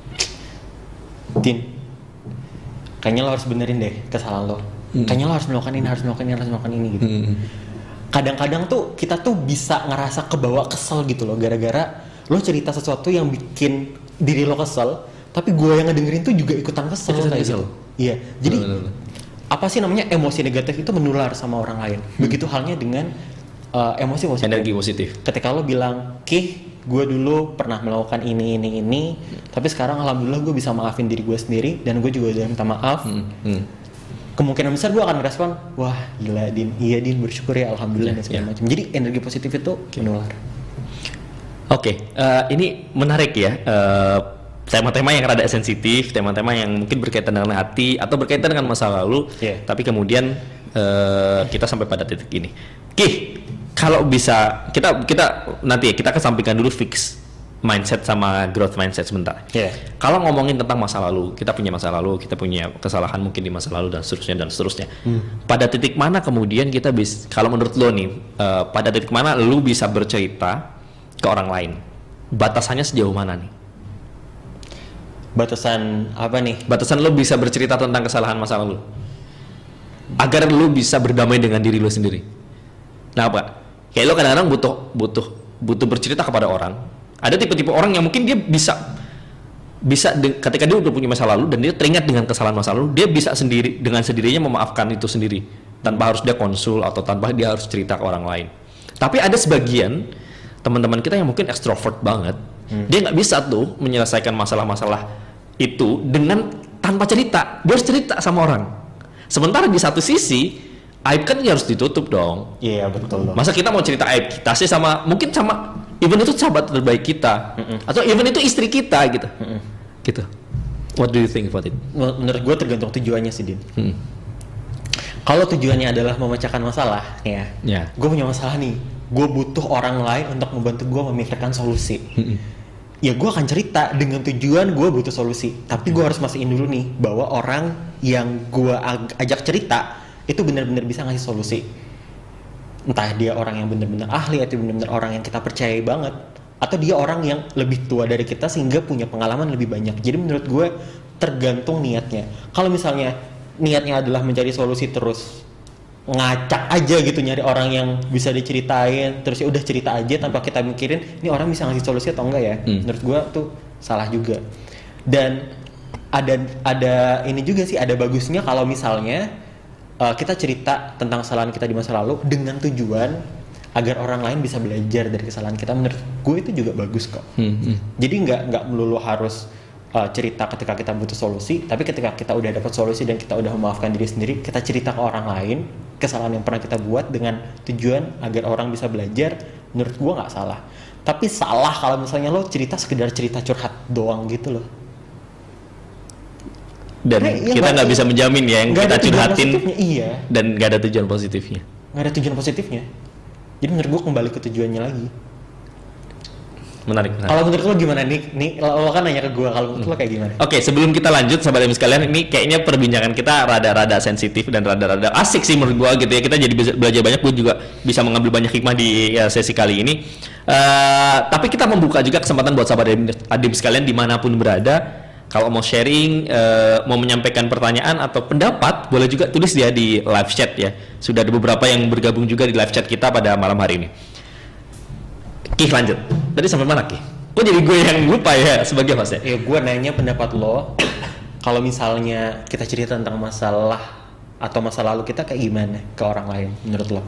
Din, kayaknya lo harus benerin deh kesalahan lo. Kayaknya lo harus melakukan ini gitu. Kadang-kadang tuh kita tuh bisa ngerasa kebawa kesel gitu loh, gara-gara lo cerita sesuatu yang bikin diri lo kesel, tapi gue yang ngedengerin tuh juga ikutan kesel kayak gitu. Iya, jadi apa sih namanya, emosi negatif itu menular sama orang lain. Begitu halnya dengan emosi positif. Energi positif. Ketika lo bilang, gue dulu pernah melakukan ini, tapi sekarang alhamdulillah gue bisa maafin diri gue sendiri dan gue juga udah minta maaf. Kemungkinan besar gue akan merespon, wah gila Din, iya Din, bersyukur ya alhamdulillah dan segala macam. Jadi energi positif itu menular. Oke, ini menarik ya. Tema-tema yang rada sensitif, tema-tema yang mungkin berkaitan dengan hati atau berkaitan dengan masa lalu, tapi kemudian kita sampai pada titik ini. Kalau bisa kita nanti ya kita kesampingkan dulu fix mindset sama growth mindset sebentar. Kalau ngomongin tentang masa lalu, kita punya masa lalu, kita punya kesalahan mungkin di masa lalu dan seterusnya. Pada titik mana kemudian kita bisa, kalau menurut lo nih, pada titik mana lo bisa bercerita ke orang lain? Batasannya sejauh mana nih? Batasan apa nih? Batasan lo bisa bercerita tentang kesalahan masa lalu agar lo bisa berdamai dengan diri lo sendiri. Nah, apa? Kayak lo kadang-kadang butuh bercerita kepada orang. Ada tipe-tipe orang yang mungkin dia bisa ketika dia udah punya masa lalu dan dia teringat dengan kesalahan masa lalu, dia bisa sendiri dengan sendirinya memaafkan itu sendiri tanpa harus dia konsul atau tanpa dia harus cerita ke orang lain. Tapi ada sebagian teman-teman kita yang mungkin ekstrovert banget, dia nggak bisa tuh menyelesaikan masalah-masalah itu dengan tanpa cerita. Dia harus cerita sama orang. Sementara di satu sisi aib kan harus ditutup dong. Iya betul dong. Masa kita mau cerita aib kita sih sama even itu sahabat terbaik kita, atau even itu istri kita gitu. Gitu. What do you think about it? Menurut gue tergantung tujuannya sih Din. Kalau tujuannya adalah memecahkan masalah, gue punya masalah nih, gue butuh orang lain untuk membantu gue memikirkan solusi. Ya gue akan cerita dengan tujuan gue butuh solusi, tapi gue harus mastiin dulu nih bahwa orang yang gue ajak cerita itu benar-benar bisa ngasih solusi. Entah dia orang yang benar-benar ahli atau benar-benar orang yang kita percayai banget, atau dia orang yang lebih tua dari kita sehingga punya pengalaman lebih banyak. Jadi menurut gue tergantung niatnya. Kalau misalnya niatnya adalah mencari solusi terus ngacak aja gitu, nyari orang yang bisa diceritain terus ya udah cerita aja tanpa kita mikirin ini orang bisa ngasih solusi atau enggak ya, menurut gue tuh salah juga. Dan ada ini juga sih, ada bagusnya kalau misalnya kita cerita tentang kesalahan kita di masa lalu dengan tujuan agar orang lain bisa belajar dari kesalahan kita. Menurut gue itu juga bagus kok. Jadi nggak melulu harus cerita ketika kita butuh solusi, tapi ketika kita udah dapat solusi dan kita udah memaafkan diri sendiri, kita cerita ke orang lain kesalahan yang pernah kita buat dengan tujuan agar orang bisa belajar. Menurut gue nggak salah. Tapi salah kalau misalnya lo sekedar cerita curhat doang gitu loh. Dan kita nggak bisa menjamin ya yang kita curhatin dan nggak ada tujuan positifnya. Nggak ada tujuan positifnya. Jadi menurut gue kembali ke tujuannya lagi. Menarik. Kalau menurut lo gimana nih lo kan nanya ke gue, kalau menurut lo kayak gimana? Oke, sebelum kita lanjut sahabat Emi sekalian, ini kayaknya perbincangan kita rada-rada sensitif dan rada-rada asik sih menurut gue gitu ya. Kita jadi belajar banyak, gue juga bisa mengambil banyak hikmah di sesi kali ini. Tapi kita membuka juga kesempatan buat sahabat Adim sekalian dimanapun berada. Kalau mau sharing, mau menyampaikan pertanyaan atau pendapat, boleh juga tulis dia di live chat ya. Sudah ada beberapa yang bergabung juga di live chat kita pada malam hari ini. Lanjut. Tadi sampai mana Kok jadi gue yang lupa ya sebagai host ya? Ya gue nanya pendapat lo. Kalau misalnya kita cerita tentang masalah atau masa lalu kita kayak gimana ke orang lain menurut lo?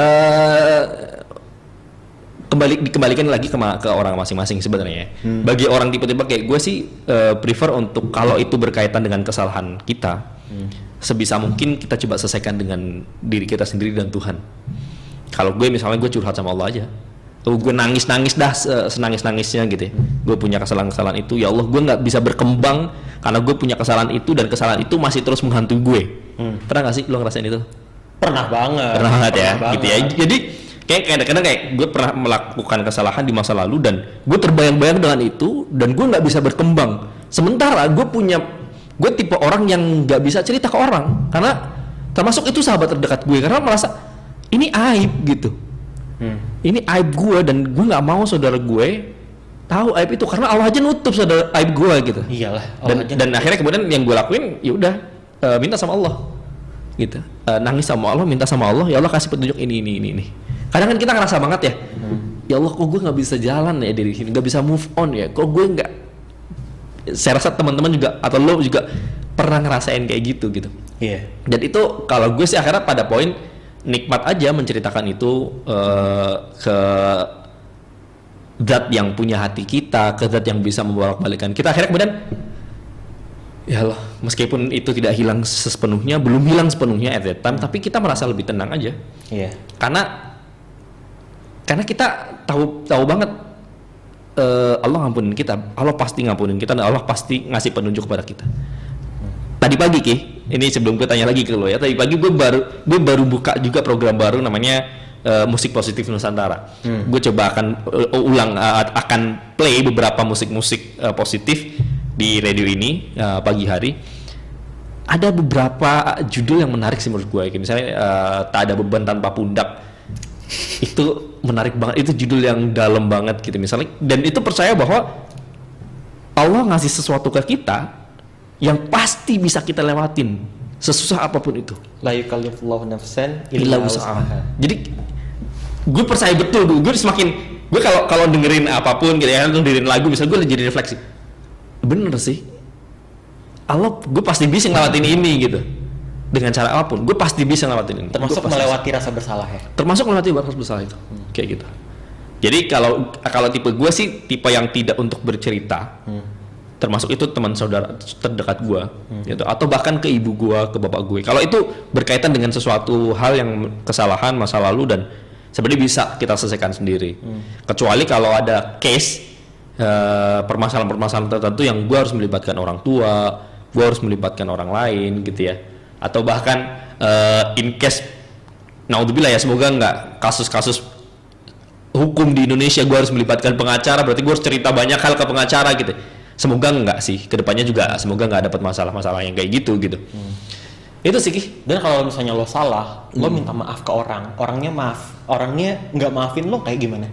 Dikembalikan lagi ke orang masing-masing sebenarnya. Bagi orang tipe-tipe kayak gue sih prefer untuk kalau itu berkaitan dengan kesalahan kita, sebisa mungkin kita coba selesaikan dengan diri kita sendiri dan Tuhan. Kalau gue misalnya gue curhat sama Allah aja, gue nangis dah senangis-nangisnya gitu ya. Gue punya kesalahan-kesalahan itu, ya Allah gue nggak bisa berkembang karena gue punya kesalahan itu dan kesalahan itu masih terus menghantui gue. Pernah nggak sih lo ngerasain itu? Pernah banget ya, gitu ya. Jadi kayak kadang-kadang kayak gue pernah melakukan kesalahan di masa lalu dan gue terbayang-bayang dengan itu dan gue nggak bisa berkembang. Sementara gue tipe orang yang nggak bisa cerita ke orang karena termasuk itu sahabat terdekat gue karena merasa ini aib gitu. Ini aib gue dan gue nggak mau saudara gue tahu aib itu karena Allah aja nutup saudara aib gue gitu. Iyalah. Dan akhirnya kemudian yang gue lakuin ya udah minta sama Allah gitu, nangis sama Allah, minta sama Allah, ya Allah kasih petunjuk ini. Kadang kan kita ngerasa banget ya, ya Allah kok gue nggak bisa jalan ya dari sini, nggak bisa move on ya, kok gue nggak. Saya rasa teman-teman juga atau lo juga pernah ngerasain kayak gitu. Dan itu kalau gue sih akhirnya pada poin nikmat aja menceritakan itu ke zat yang punya hati kita, ke zat yang bisa membolak-balikan kita. Akhirnya kemudian ya Allah, meskipun itu tidak hilang sepenuhnya, belum hilang sepenuhnya at that time, tapi kita merasa lebih tenang aja. Karena kita tahu banget Allah ngampunin kita, Allah pasti ngampunin kita, dan Allah pasti ngasih penunjuk kepada kita. Tadi pagi Ki, ini sebelum gue tanya lagi ke lo ya, tadi pagi gue baru buka juga program baru namanya Musik Positif Nusantara. Gue coba akan play beberapa musik-musik positif di radio ini pagi hari. Ada beberapa judul yang menarik sih menurut gue, misalnya Tak Ada Beban Tanpa Pundak. Itu menarik banget, itu judul yang dalam banget gitu misalnya, dan itu percaya bahwa Allah ngasih sesuatu ke kita yang pasti bisa kita lewatin sesusah apapun itu. La yukallifullahu nafsan illa wus'aha. Jadi gue percaya betul, gue kalau dengerin apapun gitu ya, dengerin lagu misalnya, gue jadi refleksi, bener sih Allah, gue pasti bisa ngelewatin ini gitu. Dengan cara apapun, gue pasti bisa ngelewatin ini. Termasuk melewati rasa bersalah ya? Termasuk melewati rasa bersalah itu. Kayak gitu. Jadi kalau tipe gue sih tipe yang tidak untuk bercerita. Termasuk itu teman saudara terdekat gue, gitu. Atau bahkan ke ibu gue, ke bapak gue. Kalau itu berkaitan dengan sesuatu hal yang kesalahan masa lalu dan sebenarnya bisa kita selesaikan sendiri. Kecuali kalau ada case permasalahan-permasalahan tertentu yang gue harus melibatkan orang tua, gue harus melibatkan orang lain, gitu ya. Atau bahkan in case, naudzubillah ya, semoga nggak kasus-kasus hukum di Indonesia gue harus melibatkan pengacara, berarti gue harus cerita banyak hal ke pengacara gitu. Semoga enggak sih, kedepannya juga semoga nggak dapat masalah-masalah yang kayak gitu. Itu sih Ki. Dan kalau misalnya lo salah, lo minta maaf ke orangnya nggak maafin lo, kayak gimana?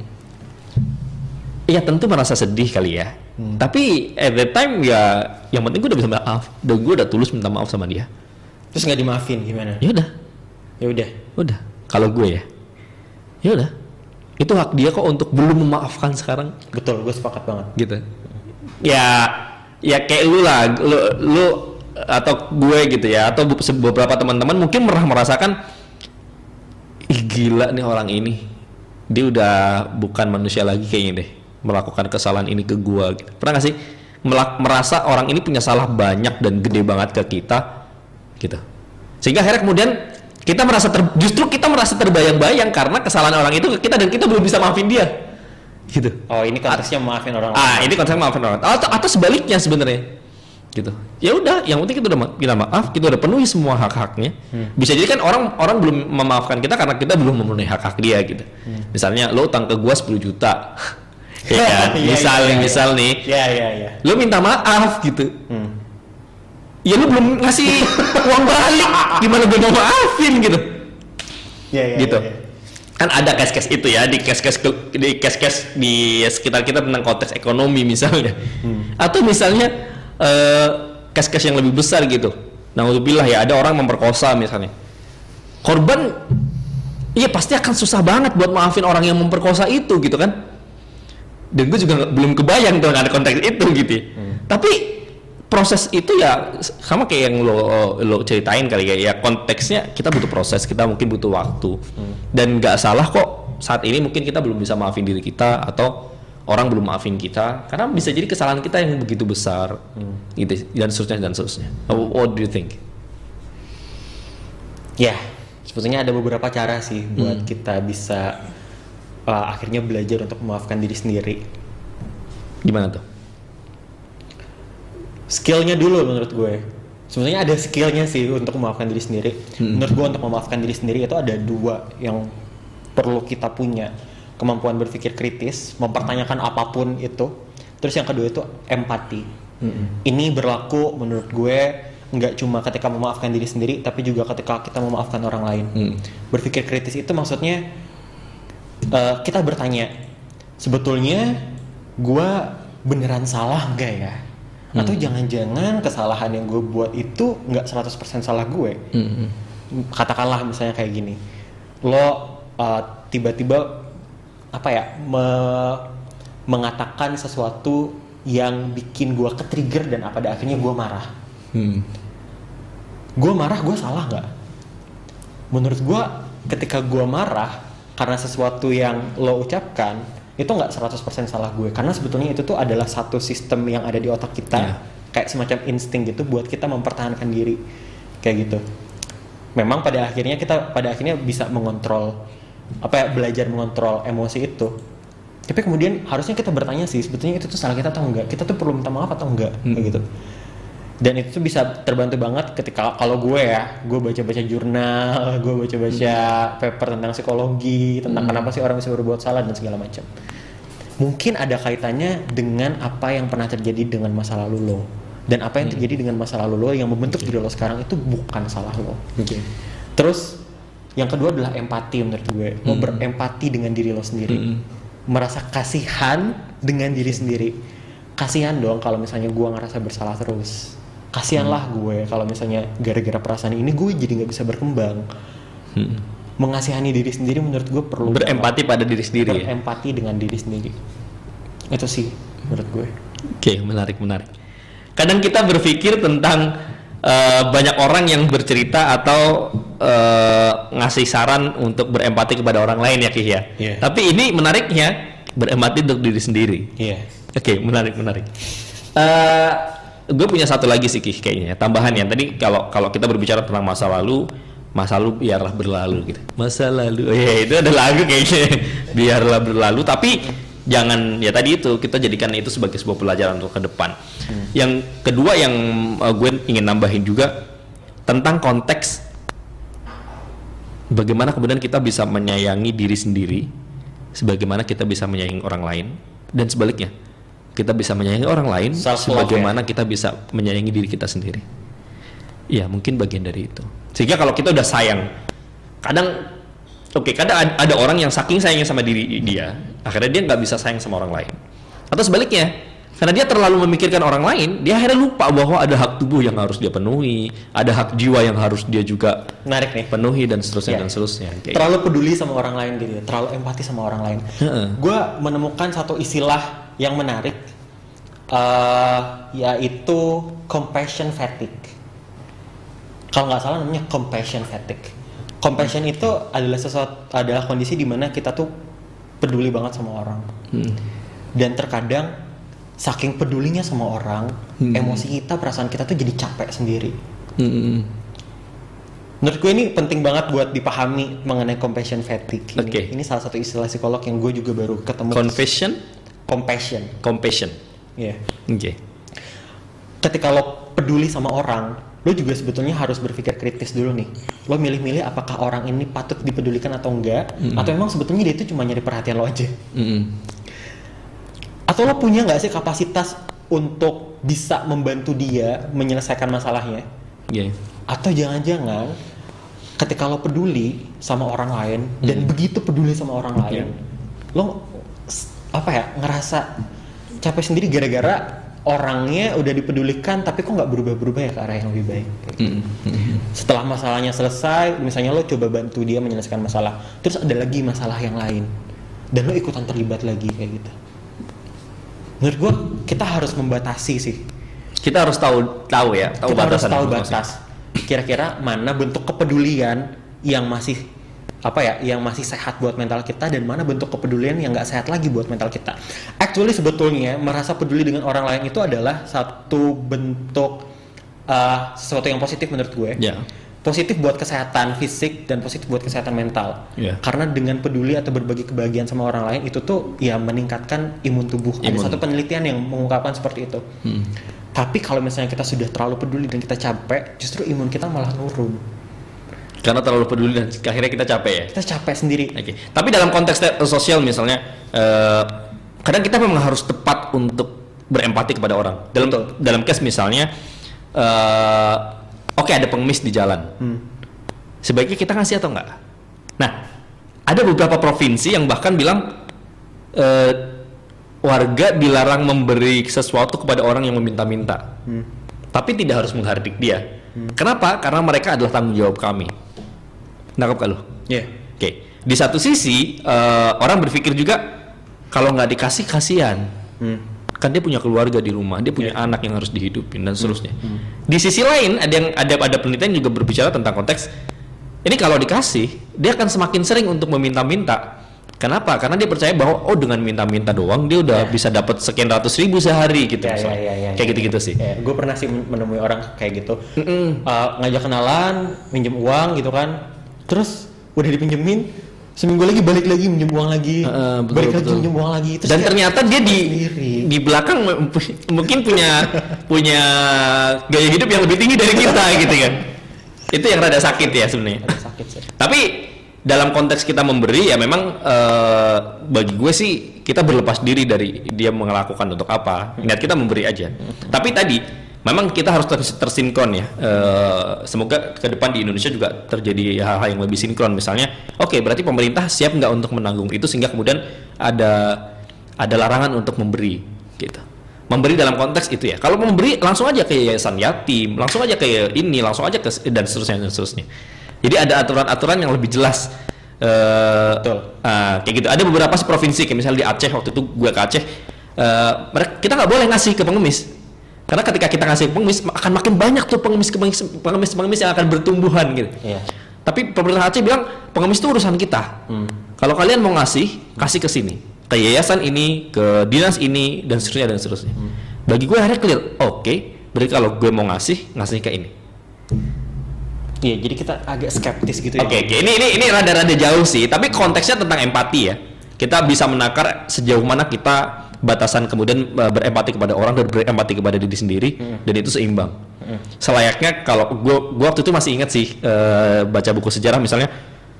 Iya tentu merasa sedih kali ya. Tapi at that time ya, yang penting gue udah bisa maaf, dan gue udah tulus minta maaf sama dia. Terus nggak dimaafin gimana? Ya udah. Kalau gue ya udah. Itu hak dia kok untuk belum memaafkan sekarang. Betul, gue sepakat banget. Gitu. Ya kayak lu lah, lu atau gue gitu ya, atau beberapa teman-teman mungkin pernah merasakan, ih gila nih orang ini, dia udah bukan manusia lagi kayaknya deh, melakukan kesalahan ini ke gue. Gitu. Pernah gak sih merasa orang ini punya salah banyak dan gede banget ke kita, gitu. Sehingga akhirnya kemudian kita justru kita merasa terbayang-bayang karena kesalahan orang itu ke kita dan kita belum bisa maafin dia. Gitu. Oh, ini konteksnya maafin orang lain. Ini konteksnya maafin orang lain. Atau sebaliknya sebenarnya. Gitu. Ya udah, yang penting kita udah bilang maaf, kita udah penuhi semua hak-haknya. Bisa jadi kan orang belum memaafkan kita karena kita belum memenuhi hak-hak dia gitu. Misalnya lo utang ke gua 10 juta. Ya kan? Misal nih. Iya. Lo minta maaf gitu. Ya lu belum ngasih uang balik, gimana gue mau maafin gitu. Iya. Gitu. Kan ada case-case itu ya, di case-case di sekitar kita tentang konteks ekonomi misalnya. Atau misalnya case-case yang lebih besar gitu. Naudzubillah ya, ada orang memperkosa misalnya. Korban iya pasti akan susah banget buat maafin orang yang memperkosa itu gitu kan. Dan gue juga belum kebayang tuh ada konteks itu gitu. Tapi proses itu ya sama kayak yang lo ceritain kali ya, konteksnya kita butuh proses, kita mungkin butuh waktu. Dan nggak salah kok saat ini mungkin kita belum bisa maafin diri kita atau orang belum maafin kita karena bisa jadi kesalahan kita yang begitu besar gitu, dan seterusnya. What do you think? Ya, sebetulnya ada beberapa cara sih buat kita bisa akhirnya belajar untuk memaafkan diri sendiri. Gimana tuh? Skillnya dulu menurut gue. Sebenarnya ada skillnya sih untuk memaafkan diri sendiri. Menurut gue untuk memaafkan diri sendiri itu ada 2 yang perlu kita punya. Kemampuan berpikir kritis, mempertanyakan apapun itu. Terus yang kedua itu empati. Ini berlaku menurut gue nggak cuma ketika memaafkan diri sendiri, tapi juga ketika kita memaafkan orang lain. Berpikir kritis itu maksudnya kita bertanya, sebetulnya gue beneran salah nggak ya? Atau jangan-jangan kesalahan yang gue buat itu nggak 100% salah gue. Katakanlah misalnya kayak gini, lo tiba-tiba mengatakan sesuatu yang bikin gue ke-trigger dan pada akhirnya gue marah. gue marah gue salah nggak? Menurut gue ketika gue marah karena sesuatu yang lo ucapkan itu nggak 100% salah gue, karena sebetulnya itu tuh adalah satu sistem yang ada di otak kita, kayak semacam insting gitu buat kita mempertahankan diri kayak gitu. Memang pada akhirnya kita bisa mengontrol belajar mengontrol emosi itu, tapi kemudian harusnya kita bertanya sih sebetulnya itu tuh salah kita atau enggak, kita tuh perlu minta maaf atau enggak kayak gitu. Dan itu tuh bisa terbantu banget ketika kalau gue baca-baca jurnal, gue baca-baca paper tentang psikologi, tentang kenapa sih orang bisa berbuat salah dan segala macam. Mungkin ada kaitannya dengan apa yang pernah terjadi dengan masa lalu lo, dan apa yang terjadi dengan masa lalu lo yang membentuk diri lo sekarang itu bukan salah lo. Terus yang kedua adalah empati menurut gue. Lo berempati dengan diri lo sendiri, merasa kasihan dengan diri sendiri. Kasihan dong kalau misalnya gue ngerasa bersalah terus. Kasihanlah gue kalau misalnya gara-gara perasaan ini gue jadi nggak bisa berkembang. Mengasihani diri sendiri menurut gue perlu berempati pada diri sendiri. Berempati dengan diri sendiri. Itu sih menurut gue. Oke, menarik. Kadang kita berpikir tentang banyak orang yang bercerita atau ngasih saran untuk berempati kepada orang lain ya Ki ya. Tapi ini menariknya berempati untuk diri sendiri. Oke, menarik. Gue punya satu lagi sih Ki kayaknya tambahan ya. Tadi kalau kita berbicara tentang masa lalu biarlah berlalu gitu. Masa lalu, itu ada lagu kayaknya. Biarlah berlalu, tapi jangan ya tadi itu kita jadikan itu sebagai sebuah pelajaran untuk ke depan. Yang kedua yang gue ingin nambahin juga tentang konteks bagaimana kemudian kita bisa menyayangi diri sendiri sebagaimana kita bisa menyayangi orang lain, dan sebaliknya kita bisa menyayangi orang lain sebagaimana kita bisa menyayangi diri kita sendiri. Ya mungkin bagian dari itu. Sehingga kalau kita udah sayang, kadang ada orang yang saking sayangnya sama diri dia, akhirnya dia nggak bisa sayang sama orang lain. Atau sebaliknya, karena dia terlalu memikirkan orang lain, dia akhirnya lupa bahwa ada hak tubuh yang harus dia penuhi, ada hak jiwa yang harus dia juga penuhi, dan seterusnya dan seterusnya. Terlalu peduli sama orang lain gitu, terlalu empati sama orang lain. Gue menemukan satu istilah yang menarik, yaitu compassion fatigue. Kalau nggak salah namanya compassion fatigue. Compassion itu adalah kondisi di mana kita tuh peduli banget sama orang, dan terkadang saking pedulinya sama orang, emosi kita, perasaan kita tuh jadi capek sendiri. Menurut gue ini penting banget buat dipahami mengenai compassion fatigue. Ini salah satu istilah psikolog yang gue juga baru ketemu. Compassion. Iya. Ketika lo peduli sama orang, lo juga sebetulnya harus berpikir kritis dulu nih. Lo milih-milih apakah orang ini patut dipedulikan atau enggak, atau emang sebetulnya dia itu cuma nyari perhatian lo aja. Atau lo punya nggak sih kapasitas untuk bisa membantu dia menyelesaikan masalahnya? Atau jangan-jangan ketika lo peduli sama orang lain dan begitu peduli sama orang lain, lo ngerasa capek sendiri gara-gara orangnya udah dipedulikan tapi kok nggak berubah-berubah ya ke arah yang lebih baik. Setelah masalahnya selesai, misalnya lo coba bantu dia menyelesaikan masalah, terus ada lagi masalah yang lain dan lo ikutan terlibat lagi kayak gitu. Menurut gue kita harus membatasi sih. Kita harus tahu batasan. Tahu batas. Kira-kira mana bentuk kepedulian yang masih yang masih sehat buat mental kita, dan mana bentuk kepedulian yang nggak sehat lagi buat mental kita. Actually sebetulnya merasa peduli dengan orang lain itu adalah satu bentuk sesuatu yang positif menurut gue. Positif buat kesehatan fisik dan positif buat kesehatan mental. Karena dengan peduli atau berbagi kebahagiaan sama orang lain itu tuh ya meningkatkan imun tubuh. Ada satu penelitian yang mengungkapkan seperti itu. Tapi kalau misalnya kita sudah terlalu peduli dan kita capek, justru imun kita malah nurun. Karena terlalu peduli dan akhirnya kita capek ya? Kita capek sendiri. Tapi dalam konteks sosial misalnya, kadang kita memang harus tepat untuk berempati kepada orang. Dalam case misalnya, ada pengemis di jalan. Sebaiknya kita ngasih atau enggak? Nah, ada beberapa provinsi yang bahkan bilang warga dilarang memberi sesuatu kepada orang yang meminta-minta. Tapi tidak harus menghardik dia. Kenapa? Karena mereka adalah tanggung jawab kami. Nangkep gak lo? Di satu sisi orang berpikir juga kalau nggak dikasih kasihan. kan dia punya keluarga di rumah, dia punya anak yang harus dihidupin dan seterusnya. Di sisi lain ada penelitian juga berbicara tentang konteks ini kalau dikasih dia akan semakin sering untuk meminta-minta. Kenapa? Karena dia percaya bahwa dengan minta-minta doang dia udah bisa dapat sekian ratus ribu sehari gitu. Kayak gitu-gitu sih. Gue pernah sih menemui orang kayak gitu. Ngajak kenalan, minjem uang gitu kan. Terus udah dipinjemin, seminggu lagi balik lagi minjem uang lagi, balik lagi minjem uang lagi. Terus dan ternyata dia di belakang mungkin punya gaya hidup yang lebih tinggi dari kita gitu kan. Itu yang rada sakit ya sebenarnya. Sakit sih. Tapi dalam konteks kita memberi ya memang bagi gue sih kita berlepas diri dari dia melakukan untuk apa. Niat kita memberi aja. Tapi tadi memang kita harus tersinkron ya. Semoga ke depan di Indonesia juga terjadi hal-hal yang lebih sinkron. Misalnya, berarti pemerintah siap nggak untuk menanggung itu sehingga kemudian ada larangan untuk memberi, gitu. Memberi dalam konteks itu ya. Kalau memberi langsung aja ke yayasan yatim, langsung aja ke ini, langsung aja ke dan seterusnya. Jadi ada aturan-aturan yang lebih jelas. Kayak gitu. Ada beberapa provinsi kayak misalnya di Aceh, waktu itu gue ke Aceh, kita nggak boleh ngasih ke pengemis. Karena ketika kita ngasih pengemis akan makin banyak tuh pengemis yang akan bertumbuhan gitu. Tapi pemerintah Aceh bilang pengemis itu urusan kita. Kalau kalian mau kasih ke sini, ke yayasan ini, ke dinas ini dan seterusnya. Bagi gue akhirnya clear. Berarti kalau gue mau ngasih ke ini. Iya, jadi kita agak skeptis gitu ya. Ini rada-rada jauh sih, tapi konteksnya tentang empati ya. Kita bisa menakar sejauh mana kita batasan kemudian berempati kepada orang dan berempati kepada diri sendiri dan itu seimbang. Selayaknya kalau gue waktu itu masih ingat sih baca buku sejarah misalnya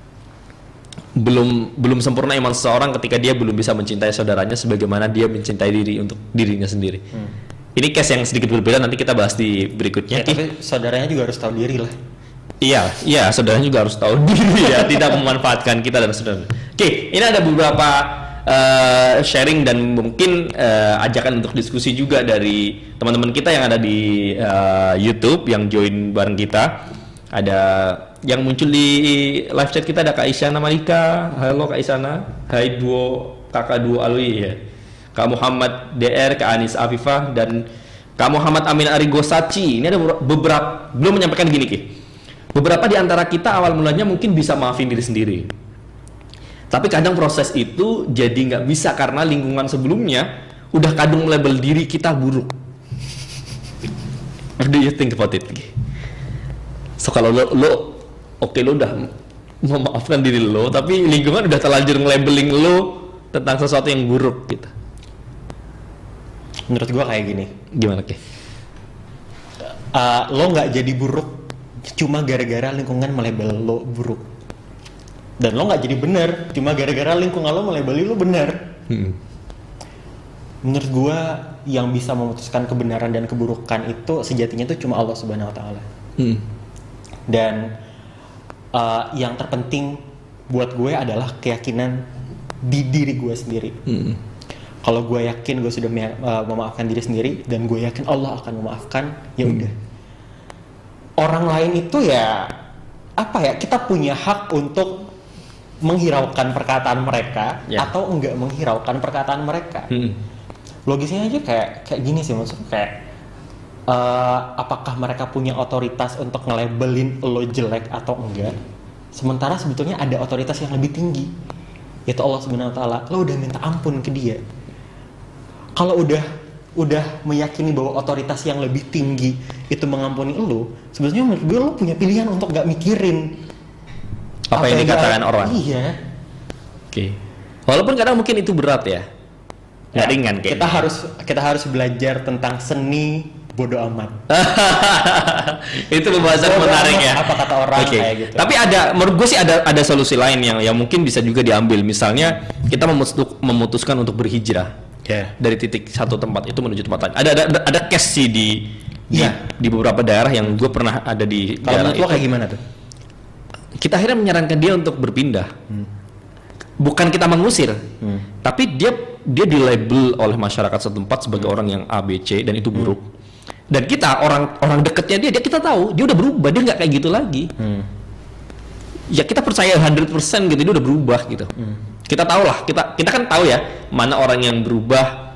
belum sempurna iman seseorang ketika dia belum bisa mencintai saudaranya sebagaimana dia mencintai diri untuk dirinya sendiri. Ini case yang sedikit berbeda, nanti kita bahas di berikutnya. Tapi saudaranya juga harus tahu diri lah. Iya, saudaranya juga harus tahu diri ya, tidak memanfaatkan kita dan saudara. Ini ada beberapa sharing dan mungkin ajakan untuk diskusi juga dari teman-teman kita yang ada di YouTube yang join bareng kita. Ada yang muncul di live chat kita, ada Kak Isyana Malika. Halo Kak Isyana. Hai kakak duo Alwi ya. Kak Muhammad DR, Kak Anis Afifah dan Kak Muhammad Amin Arigosachi. Ini ada beberapa belum menyampaikan gini Ki. Beberapa di antara kita awal mulanya mungkin bisa maafin diri sendiri. Tapi kadang proses itu jadi nggak bisa karena lingkungan sebelumnya udah kadung label diri kita buruk. What do you think about it? So kalau lo udah memaafkan diri lo, tapi lingkungan udah terlanjur nge-labeling lo tentang sesuatu yang buruk gitu. Menurut gua kayak gini. Gimana Ki? Lo nggak jadi buruk cuma gara-gara lingkungan melabel lo buruk. Dan lo nggak jadi benar cuma gara-gara lingkungan lo melabeli lo benar. Menurut gua yang bisa memutuskan kebenaran dan keburukan itu sejatinya itu cuma Allah Subhanahu Wa Taala. Dan yang terpenting buat gue adalah keyakinan di diri gue sendiri. Kalau gue yakin gue sudah memaafkan diri sendiri dan gue yakin Allah akan memaafkan, ya udah. Orang lain itu ya kita punya hak untuk menghiraukan perkataan mereka atau enggak menghiraukan perkataan mereka. Logisnya aja kayak gini sih, maksudnya kayak apakah mereka punya otoritas untuk nge-labelin lo jelek atau enggak? Sementara sebetulnya ada otoritas yang lebih tinggi, yaitu Allah Subhanahu Wa Taala. Lo udah minta ampun ke dia. Kalau udah meyakini bahwa otoritas yang lebih tinggi itu mengampuni lo, sebetulnya menurut gue lo punya pilihan untuk nggak mikirin apa yang dikatakan orang. Iya. Walaupun kadang mungkin itu berat ya. Nggak ringan kayaknya. Kita harus belajar tentang seni bodo amat. Itu pembahasan menarik ya. Apa kata orang kayak gitu. Tapi menurut gue sih ada solusi lain yang mungkin bisa juga diambil. Misalnya kita memutuskan untuk berhijrah dari titik satu tempat itu menuju tempat lain. Ada case sih di beberapa daerah yang gue pernah ada di daerah itu. Kalau menurut lo kayak gimana tuh? Kita akhirnya menyarankan dia untuk berpindah. Bukan kita mengusir, tapi dia di-label oleh masyarakat setempat sebagai orang yang A, B, C dan itu buruk. Dan kita orang dekatnya dia kita tahu dia udah berubah, dia nggak kayak gitu lagi. Ya kita percaya 100% gitu, dia udah berubah gitu. Kita tahu lah, kita kan tahu ya mana orang yang berubah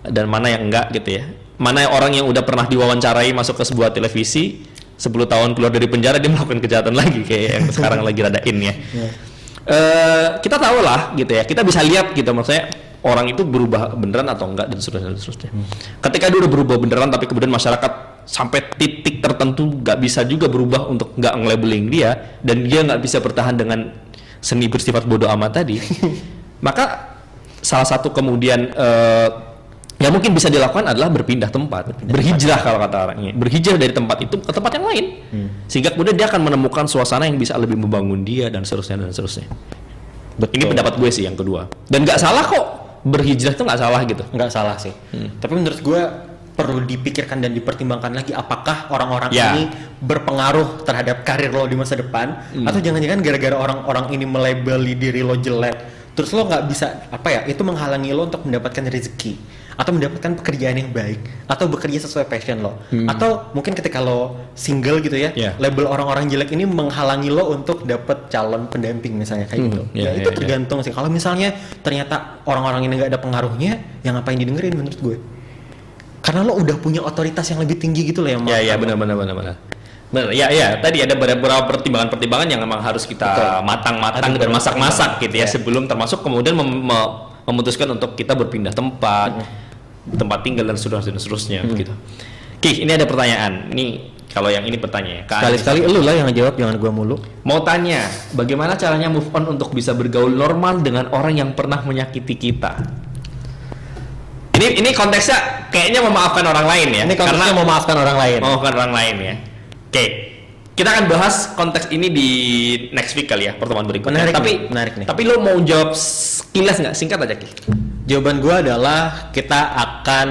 dan mana yang enggak gitu ya. Mana orang yang udah pernah diwawancarai masuk ke sebuah televisi 10 tahun keluar dari penjara dia melakukan kejahatan lagi kayak yang sekarang lagi rada in ya. Kita tahu lah gitu ya, kita bisa lihat gitu maksudnya orang itu berubah beneran atau enggak dan seterusnya. Ketika dia udah berubah beneran tapi kemudian masyarakat sampai titik tertentu nggak bisa juga berubah untuk nggak nge-labeling dia dan dia nggak bisa bertahan dengan seni bersifat bodoh amat tadi, maka salah satu kemudian yang mungkin bisa dilakukan adalah berpindah tempat, berhijrah kalau kata orangnya, berhijrah dari tempat itu ke tempat yang lain, sehingga kemudian dia akan menemukan suasana yang bisa lebih membangun dia dan seterusnya dan seterusnya. Betul. Ini pendapat gue sih yang kedua, dan nggak salah kok berhijrah itu nggak salah gitu. Nggak salah sih, tapi menurut gue perlu dipikirkan dan dipertimbangkan lagi apakah orang-orang ini berpengaruh terhadap karir lo di masa depan, atau jangan-jangan gara-gara orang-orang ini melabeli diri lo jelek, terus lo nggak bisa itu menghalangi lo untuk mendapatkan rezeki atau mendapatkan pekerjaan yang baik atau bekerja sesuai passion lo, atau mungkin ketika lo single gitu ya, label orang-orang jelek ini menghalangi lo untuk dapat calon pendamping misalnya kayak gitu. Itu tergantung sih. Kalau misalnya ternyata orang-orang ini nggak ada pengaruhnya, yang ngapain didengerin menurut gue? Karena lo udah punya otoritas yang lebih tinggi gitu loh yang benar. Benar, tadi ada beberapa pertimbangan-pertimbangan yang memang harus kita matang-matang dan masak-masak gitu ya sebelum termasuk kemudian memutuskan untuk kita berpindah tempat tinggal dan seterusnya begitu. Ki, ini ada pertanyaan. Ini kalau yang ini pertanyaan. Sekali-sekali lu lah yang ngejawab, jangan gua mulu. Mau tanya, bagaimana caranya move on untuk bisa bergaul normal dengan orang yang pernah menyakiti kita? Ini konteksnya kayaknya memaafkan orang lain ya. Ini konteksnya memaafkan orang lain. Memaafkan orang lain ya. Oke. Kita akan bahas konteks ini di next week kali ya, pertemuan berikutnya. Menarik nih. Tapi lo mau jawab sekilas nggak? Singkat aja, Ki. Jawaban gue adalah kita akan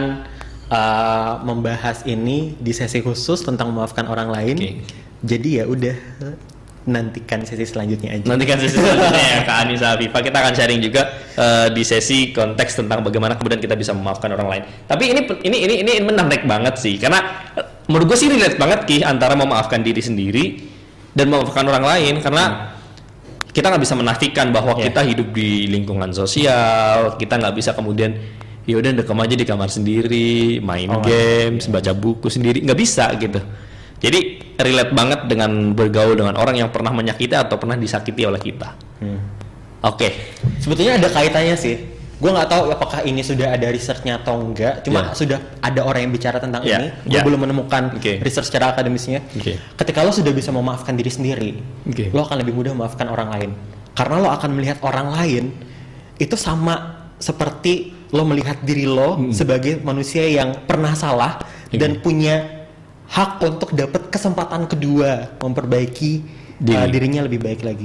membahas ini di sesi khusus tentang memaafkan orang lain. Jadi ya udah, nantikan sesi selanjutnya aja. Nantikan sesi selanjutnya ya, Kak Anissa Afifa. Kita akan sharing juga di sesi konteks tentang bagaimana kemudian kita bisa memaafkan orang lain. Tapi ini menarik banget sih, karena menurut gue sih relate banget Ki antara memaafkan diri sendiri dan memaafkan orang lain, karena kita nggak bisa menafikan bahwa kita hidup di lingkungan sosial, kita nggak bisa kemudian ya udah dekam aja di kamar sendiri, main games, baca buku sendiri, nggak bisa gitu. Jadi relate banget dengan bergaul dengan orang yang pernah menyakiti atau pernah disakiti oleh kita. Oke. Sebetulnya ada kaitannya sih. Gue nggak tahu apakah ini sudah ada researchnya atau enggak. Cuma sudah ada orang yang bicara tentang ini. Gue belum menemukan research secara akademisnya. Ketika lo sudah bisa memaafkan diri sendiri, lo akan lebih mudah memaafkan orang lain. Karena lo akan melihat orang lain itu sama seperti lo melihat diri lo sebagai manusia yang pernah salah dan punya hak untuk dapat kesempatan kedua memperbaiki dirinya lebih baik lagi.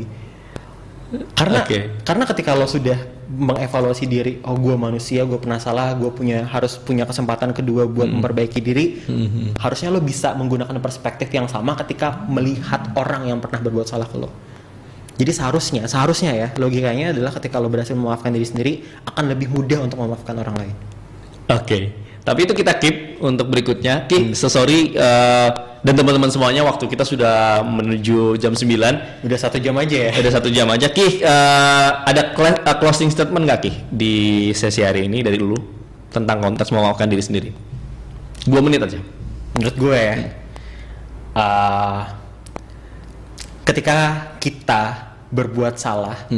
Karena ketika lo sudah mengevaluasi diri, oh gue manusia, gue pernah salah, gue harus punya kesempatan kedua buat memperbaiki diri, harusnya lo bisa menggunakan perspektif yang sama ketika melihat orang yang pernah berbuat salah ke lo. Jadi seharusnya ya logikanya adalah ketika lo berhasil memaafkan diri sendiri, akan lebih mudah untuk memaafkan orang lain. Tapi itu kita keep untuk berikutnya. Ki, sorry dan teman-teman semuanya, waktu kita sudah menuju jam 9. Udah 1 jam aja ya? Udah 1 jam aja. Ki, ada closing statement nggak Ki di sesi hari ini dari dulu tentang konteks memaafkan diri sendiri? 2 menit aja. Menurut gue ya, ketika kita berbuat salah,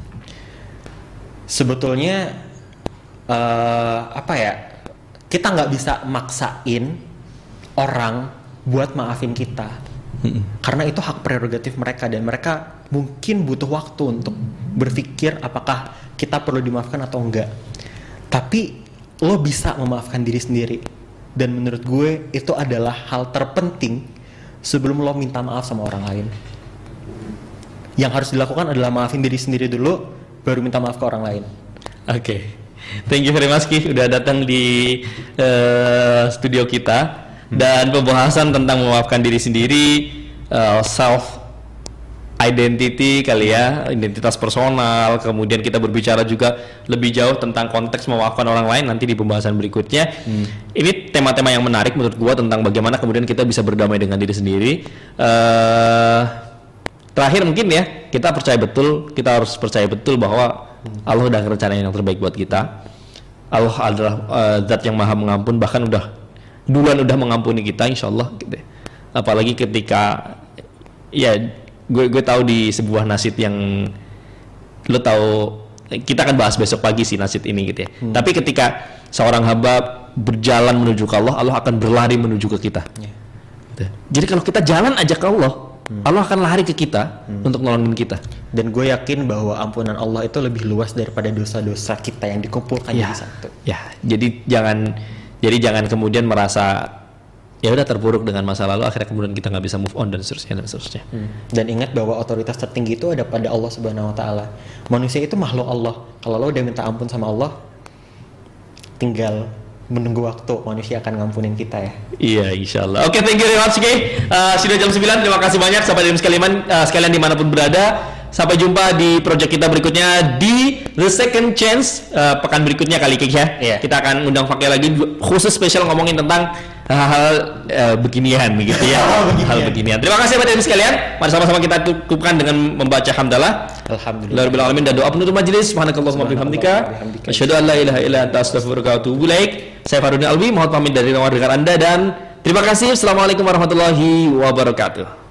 sebetulnya kita nggak bisa maksain orang buat maafin kita, karena itu hak prerogatif mereka dan mereka mungkin butuh waktu untuk berpikir apakah kita perlu dimaafkan atau enggak. Tapi lo bisa memaafkan diri sendiri, dan menurut gue itu adalah hal terpenting sebelum lo minta maaf sama orang lain. Yang harus dilakukan adalah maafin diri sendiri dulu, baru minta maaf ke orang lain. Thank you very much Ki udah datang di studio kita dan pembahasan tentang memaafkan diri sendiri, self identity kali ya, identitas personal. Kemudian kita berbicara juga lebih jauh tentang konteks memaafkan orang lain nanti di pembahasan berikutnya. Ini tema-tema yang menarik menurut gua tentang bagaimana kemudian kita bisa berdamai dengan diri sendiri. Terakhir mungkin ya, kita harus percaya betul bahwa Allah udah rencanain yang terbaik buat kita. Allah adalah zat yang maha mengampun, bahkan duluan udah mengampuni kita insyaallah gitu. Apalagi ketika ya gue tahu di sebuah nasid yang lo tahu, kita akan bahas besok pagi sih nasid ini gitu ya. Tapi ketika seorang hamba berjalan menuju ke Allah, Allah akan berlari menuju ke kita. Gitu. Jadi kalau kita jalan aja ke Allah, Allah akan lari ke kita untuk nolongin kita. Dan gue yakin bahwa ampunan Allah itu lebih luas daripada dosa-dosa kita yang dikumpulkan jadi satu. Ya, jadi jangan kemudian merasa ya udah terpuruk dengan masa lalu, akhirnya kemudian kita nggak bisa move on dan seterusnya. Dan ingat bahwa otoritas tertinggi itu ada pada Allah Subhanahu Wa Taala. Manusia itu makhluk Allah. Kalau lo udah minta ampun sama Allah, tinggal menunggu waktu manusia akan ngampunin kita ya. Iya, insyaallah. Oke, thank you very much, sudah jam 9. Terima kasih banyak sahabat sekalian dimanapun berada. Sampai jumpa di project kita berikutnya di The Second Chance pekan berikutnya kali ya. Kita akan undang Fakih lagi khusus spesial ngomongin tentang hal beginian begitu ya. Hal beginian. Terima kasih sahabat sekalian. Mari sama-sama kita cukupkan dengan membaca hamdalah. Alhamdulillah alamin dan doa penutup majelis. Subhanakallahumma wa bihamdika asyhadu an la ilaha illa anta astaghfiruka wa atubu ilaik. Saya Farudin Alwi, mohon pamit dari ruang dengar Anda dan terima kasih. Assalamualaikum warahmatullahi wabarakatuh.